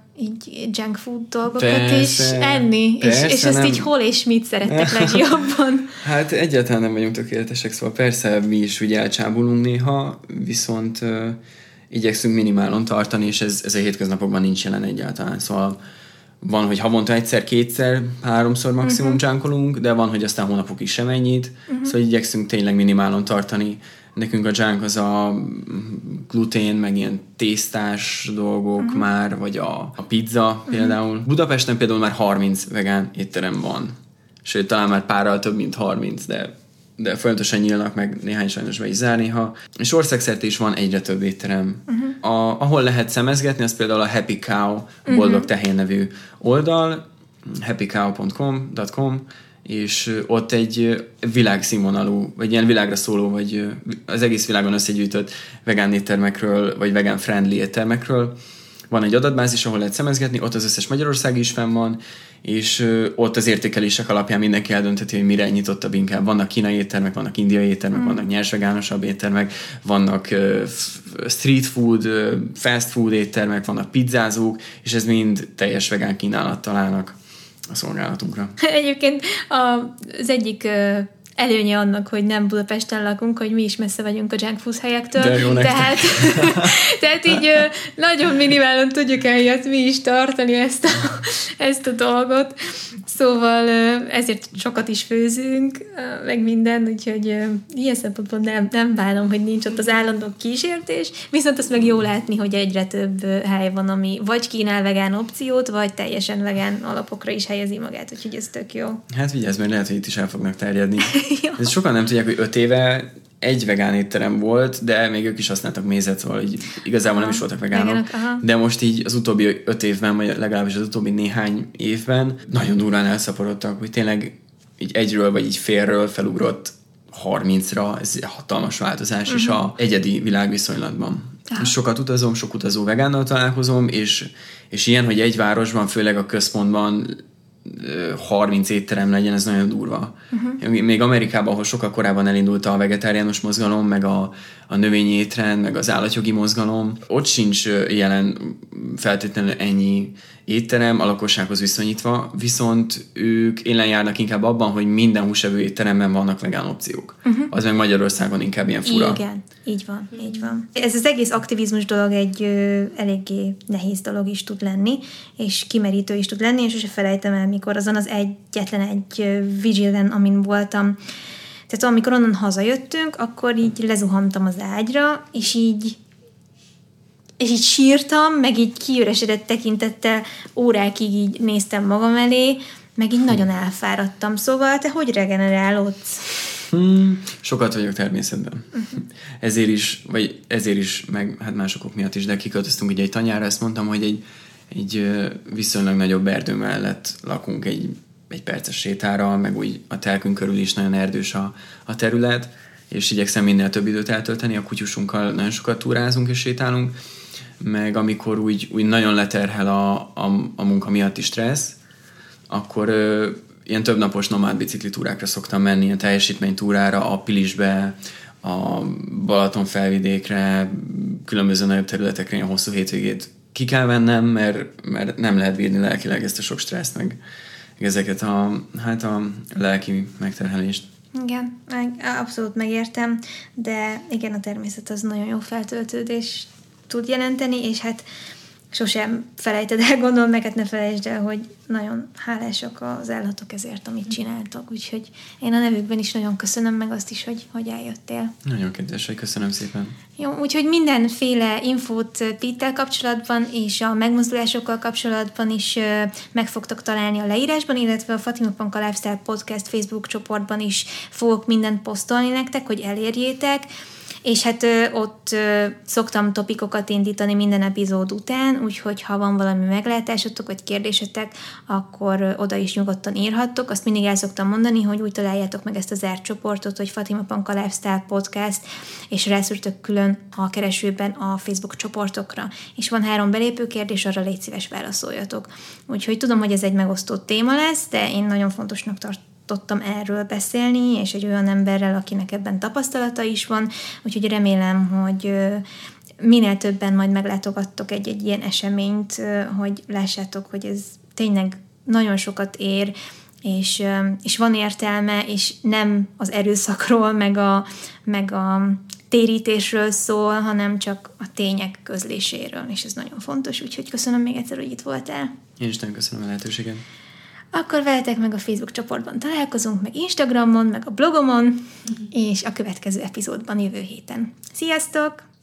így junk food dolgokat persze, is enni, persze, és, és ezt nem. Így hol és mit szerettek legjobban? Hát egyáltalán nem vagyunk tökéletesek, szóval persze mi is ugye elcsábulunk néha, viszont uh, igyekszünk minimálon tartani, és ez, ez a hétköznapokban nincs jelen egyáltalán. Szóval van, hogy havonta egyszer, kétszer, háromszor maximum uh-huh. dzsánkolunk, de van, hogy aztán hónapokig sem ennyit. Uh-huh. Szóval igyekszünk tényleg minimálon tartani. Nekünk a dzsánk az a glutén, meg ilyen tésztás dolgok uh-huh. már, vagy a, a pizza uh-huh. például. Budapesten például már harminc vegán étterem van. Sőt, talán már párral több, mint harminc, de de folyamatosan nyílnak, meg néhány sajnos be is zár néha. És országszerte is van egyre több étterem. Uh-huh. A, ahol lehet szemezgetni, az például a Happy Cow, Boldog uh-huh. Tehén nevű oldal, happy cow pont com, és ott egy világszínvonalú, vagy ilyen világra szóló, vagy az egész világon összegyűjtött vegán éttermekről, vagy vegán friendly éttermekről. Van egy adatbázis, ahol lehet szemezgetni, ott az összes Magyarország is fenn van, és ö, ott az értékelések alapján mindenki eldöntheti, hogy mire nyitottabb inkább. Vannak kínai éttermek, vannak indiai éttermek, mm. vannak nyersvegánosabb éttermek, vannak ö, f- street food, ö, fast food éttermek, vannak pizzázók, és ez mind teljes vegán kínálattal állnak a szolgálatunkra. Egyébként az egyik ö, előnye annak, hogy nem Budapesten lakunk, hogy mi is messze vagyunk a junk food helyektől. De jó tehát, tehát így ö, nagyon minimálon tudjuk emiatt mi is tartani ezt a, ezt a dolgot. Szóval ö, ezért sokat is főzünk, ö, meg minden, úgyhogy ö, ilyen szempontból nem, nem bánom, hogy nincs ott az állandó kísértés, viszont azt meg jó látni, hogy egyre több ö, hely van, ami vagy kínál vegán opciót, vagy teljesen vegán alapokra is helyezi magát, úgyhogy ez tök jó. Hát vigyázz, mert lehet, hogy itt is el fognak terjedni. Ez sokan nem tudják, hogy öt éve egy vegán étterem volt, de még ők is használtak mézet, szóval így igazából aha, nem is voltak vegánok. Veganak, de most így az utóbbi öt évben, vagy legalábbis az utóbbi néhány évben nagyon durván elszaporodtak, hogy tényleg így egyről, vagy így félről felugrott harmincra, ez hatalmas változás uh-huh. is a egyedi világviszonylatban. Ah. Sokat utazom, sok utazó vegánnal találkozom, és, és ilyen, hogy egy városban, főleg a központban harminc étterem legyen, ez nagyon durva. Uh-huh. Még Amerikában, ahol sokkal korábban elindult a vegetáriánus mozgalom, meg a, a növényi étrend, meg az állatjogi mozgalom, ott sincs jelen feltétlenül ennyi étterem a lakossághoz viszonyítva, viszont ők élen járnak inkább abban, hogy minden húsevő étteremben vannak vegán opciók. Uh-huh. Az meg Magyarországon inkább ilyen fura. Igen, így van, így van. Ez az egész aktivizmus dolog egy ö, eléggé nehéz dolog is tud lenni, és kimerítő is tud lenni, és sose felejtem el, mikor azon az egyetlen egy vigilen, amin voltam. Tehát amikor onnan hazajöttünk, akkor így lezuhantam az ágyra, és így és így sírtam, meg így kiüresedett tekintettel órákig így néztem magam elé, meg így nagyon elfáradtam. Szóval te hogy regenerálódsz? Hmm, sokat vagyok természetben. Uh-huh. Ezért is, vagy ezért is, meg hát másokok miatt is, de kiköltöztünk ugye egy tanyára, ezt mondtam, hogy egy, egy viszonylag nagyobb erdő mellett lakunk egy, egy perces sétára, meg úgy a telkünk körül is nagyon erdős a, a terület, és igyekszem minél több időt eltölteni, a kutyusunkkal nagyon sokat túrázunk és sétálunk, meg amikor úgy, úgy nagyon leterhel a, a, a munka miatti stressz, akkor ö, ilyen többnapos nomád biciklitúrákra szoktam menni, ilyen teljesítménytúrára, a Pilisbe, a Balaton felvidékre, különböző nagyobb területekre, ilyen hosszú hétvégét ki kell vennem, mert, mert nem lehet bírni lelkileg ezt a sok stresszt, meg ezeket a, hát a lelki megterhelést. Igen, abszolút megértem, de igen, a természet az nagyon jó feltöltődés tud jelenteni, és hát sosem felejted el, gondolom, meg hát ne felejtsd el, hogy nagyon hálásak az állatok ezért, amit csináltak, úgyhogy én a nevükben is nagyon köszönöm, meg azt is, hogy, hogy eljöttél. Nagyon kedves, hogy köszönöm szépen. Jó, úgyhogy mindenféle infót Pittel kapcsolatban és a megmozdulásokkal kapcsolatban is meg fogtok találni a leírásban, illetve a Fatima Panka Lifestyle Podcast Facebook csoportban is fogok mindent posztolni nektek, hogy elérjétek. És hát ö, ott ö, szoktam topikokat indítani minden epizód után, úgyhogy ha van valami meglátásotok, vagy kérdésetek, akkor ö, oda is nyugodtan írhattok. Azt mindig el szoktam mondani, hogy úgy találjátok meg ezt az zárt csoportot, hogy Fatima Panka Lifestyle Podcast, és rászűrtök külön a keresőben a Facebook csoportokra. És van három belépő kérdés, arra légy szíves válaszoljatok. Úgyhogy tudom, hogy ez egy megosztott téma lesz, de én nagyon fontosnak tartom, tudtam erről beszélni, és egy olyan emberrel, akinek ebben tapasztalata is van, úgyhogy remélem, hogy minél többen majd meglátogattok egy-egy ilyen eseményt, hogy lássátok, hogy ez tényleg nagyon sokat ér, és, és van értelme, és nem az erőszakról, meg a, meg a térítésről szól, hanem csak a tények közléséről, és ez nagyon fontos, úgyhogy köszönöm még egyszer, hogy itt voltál. Én is nagyon köszönöm a lehetőséget. Akkor veletek meg a Facebook csoportban találkozunk, meg Instagramon, meg a blogomon, mm-hmm. és a következő epizódban jövő héten. Sziasztok!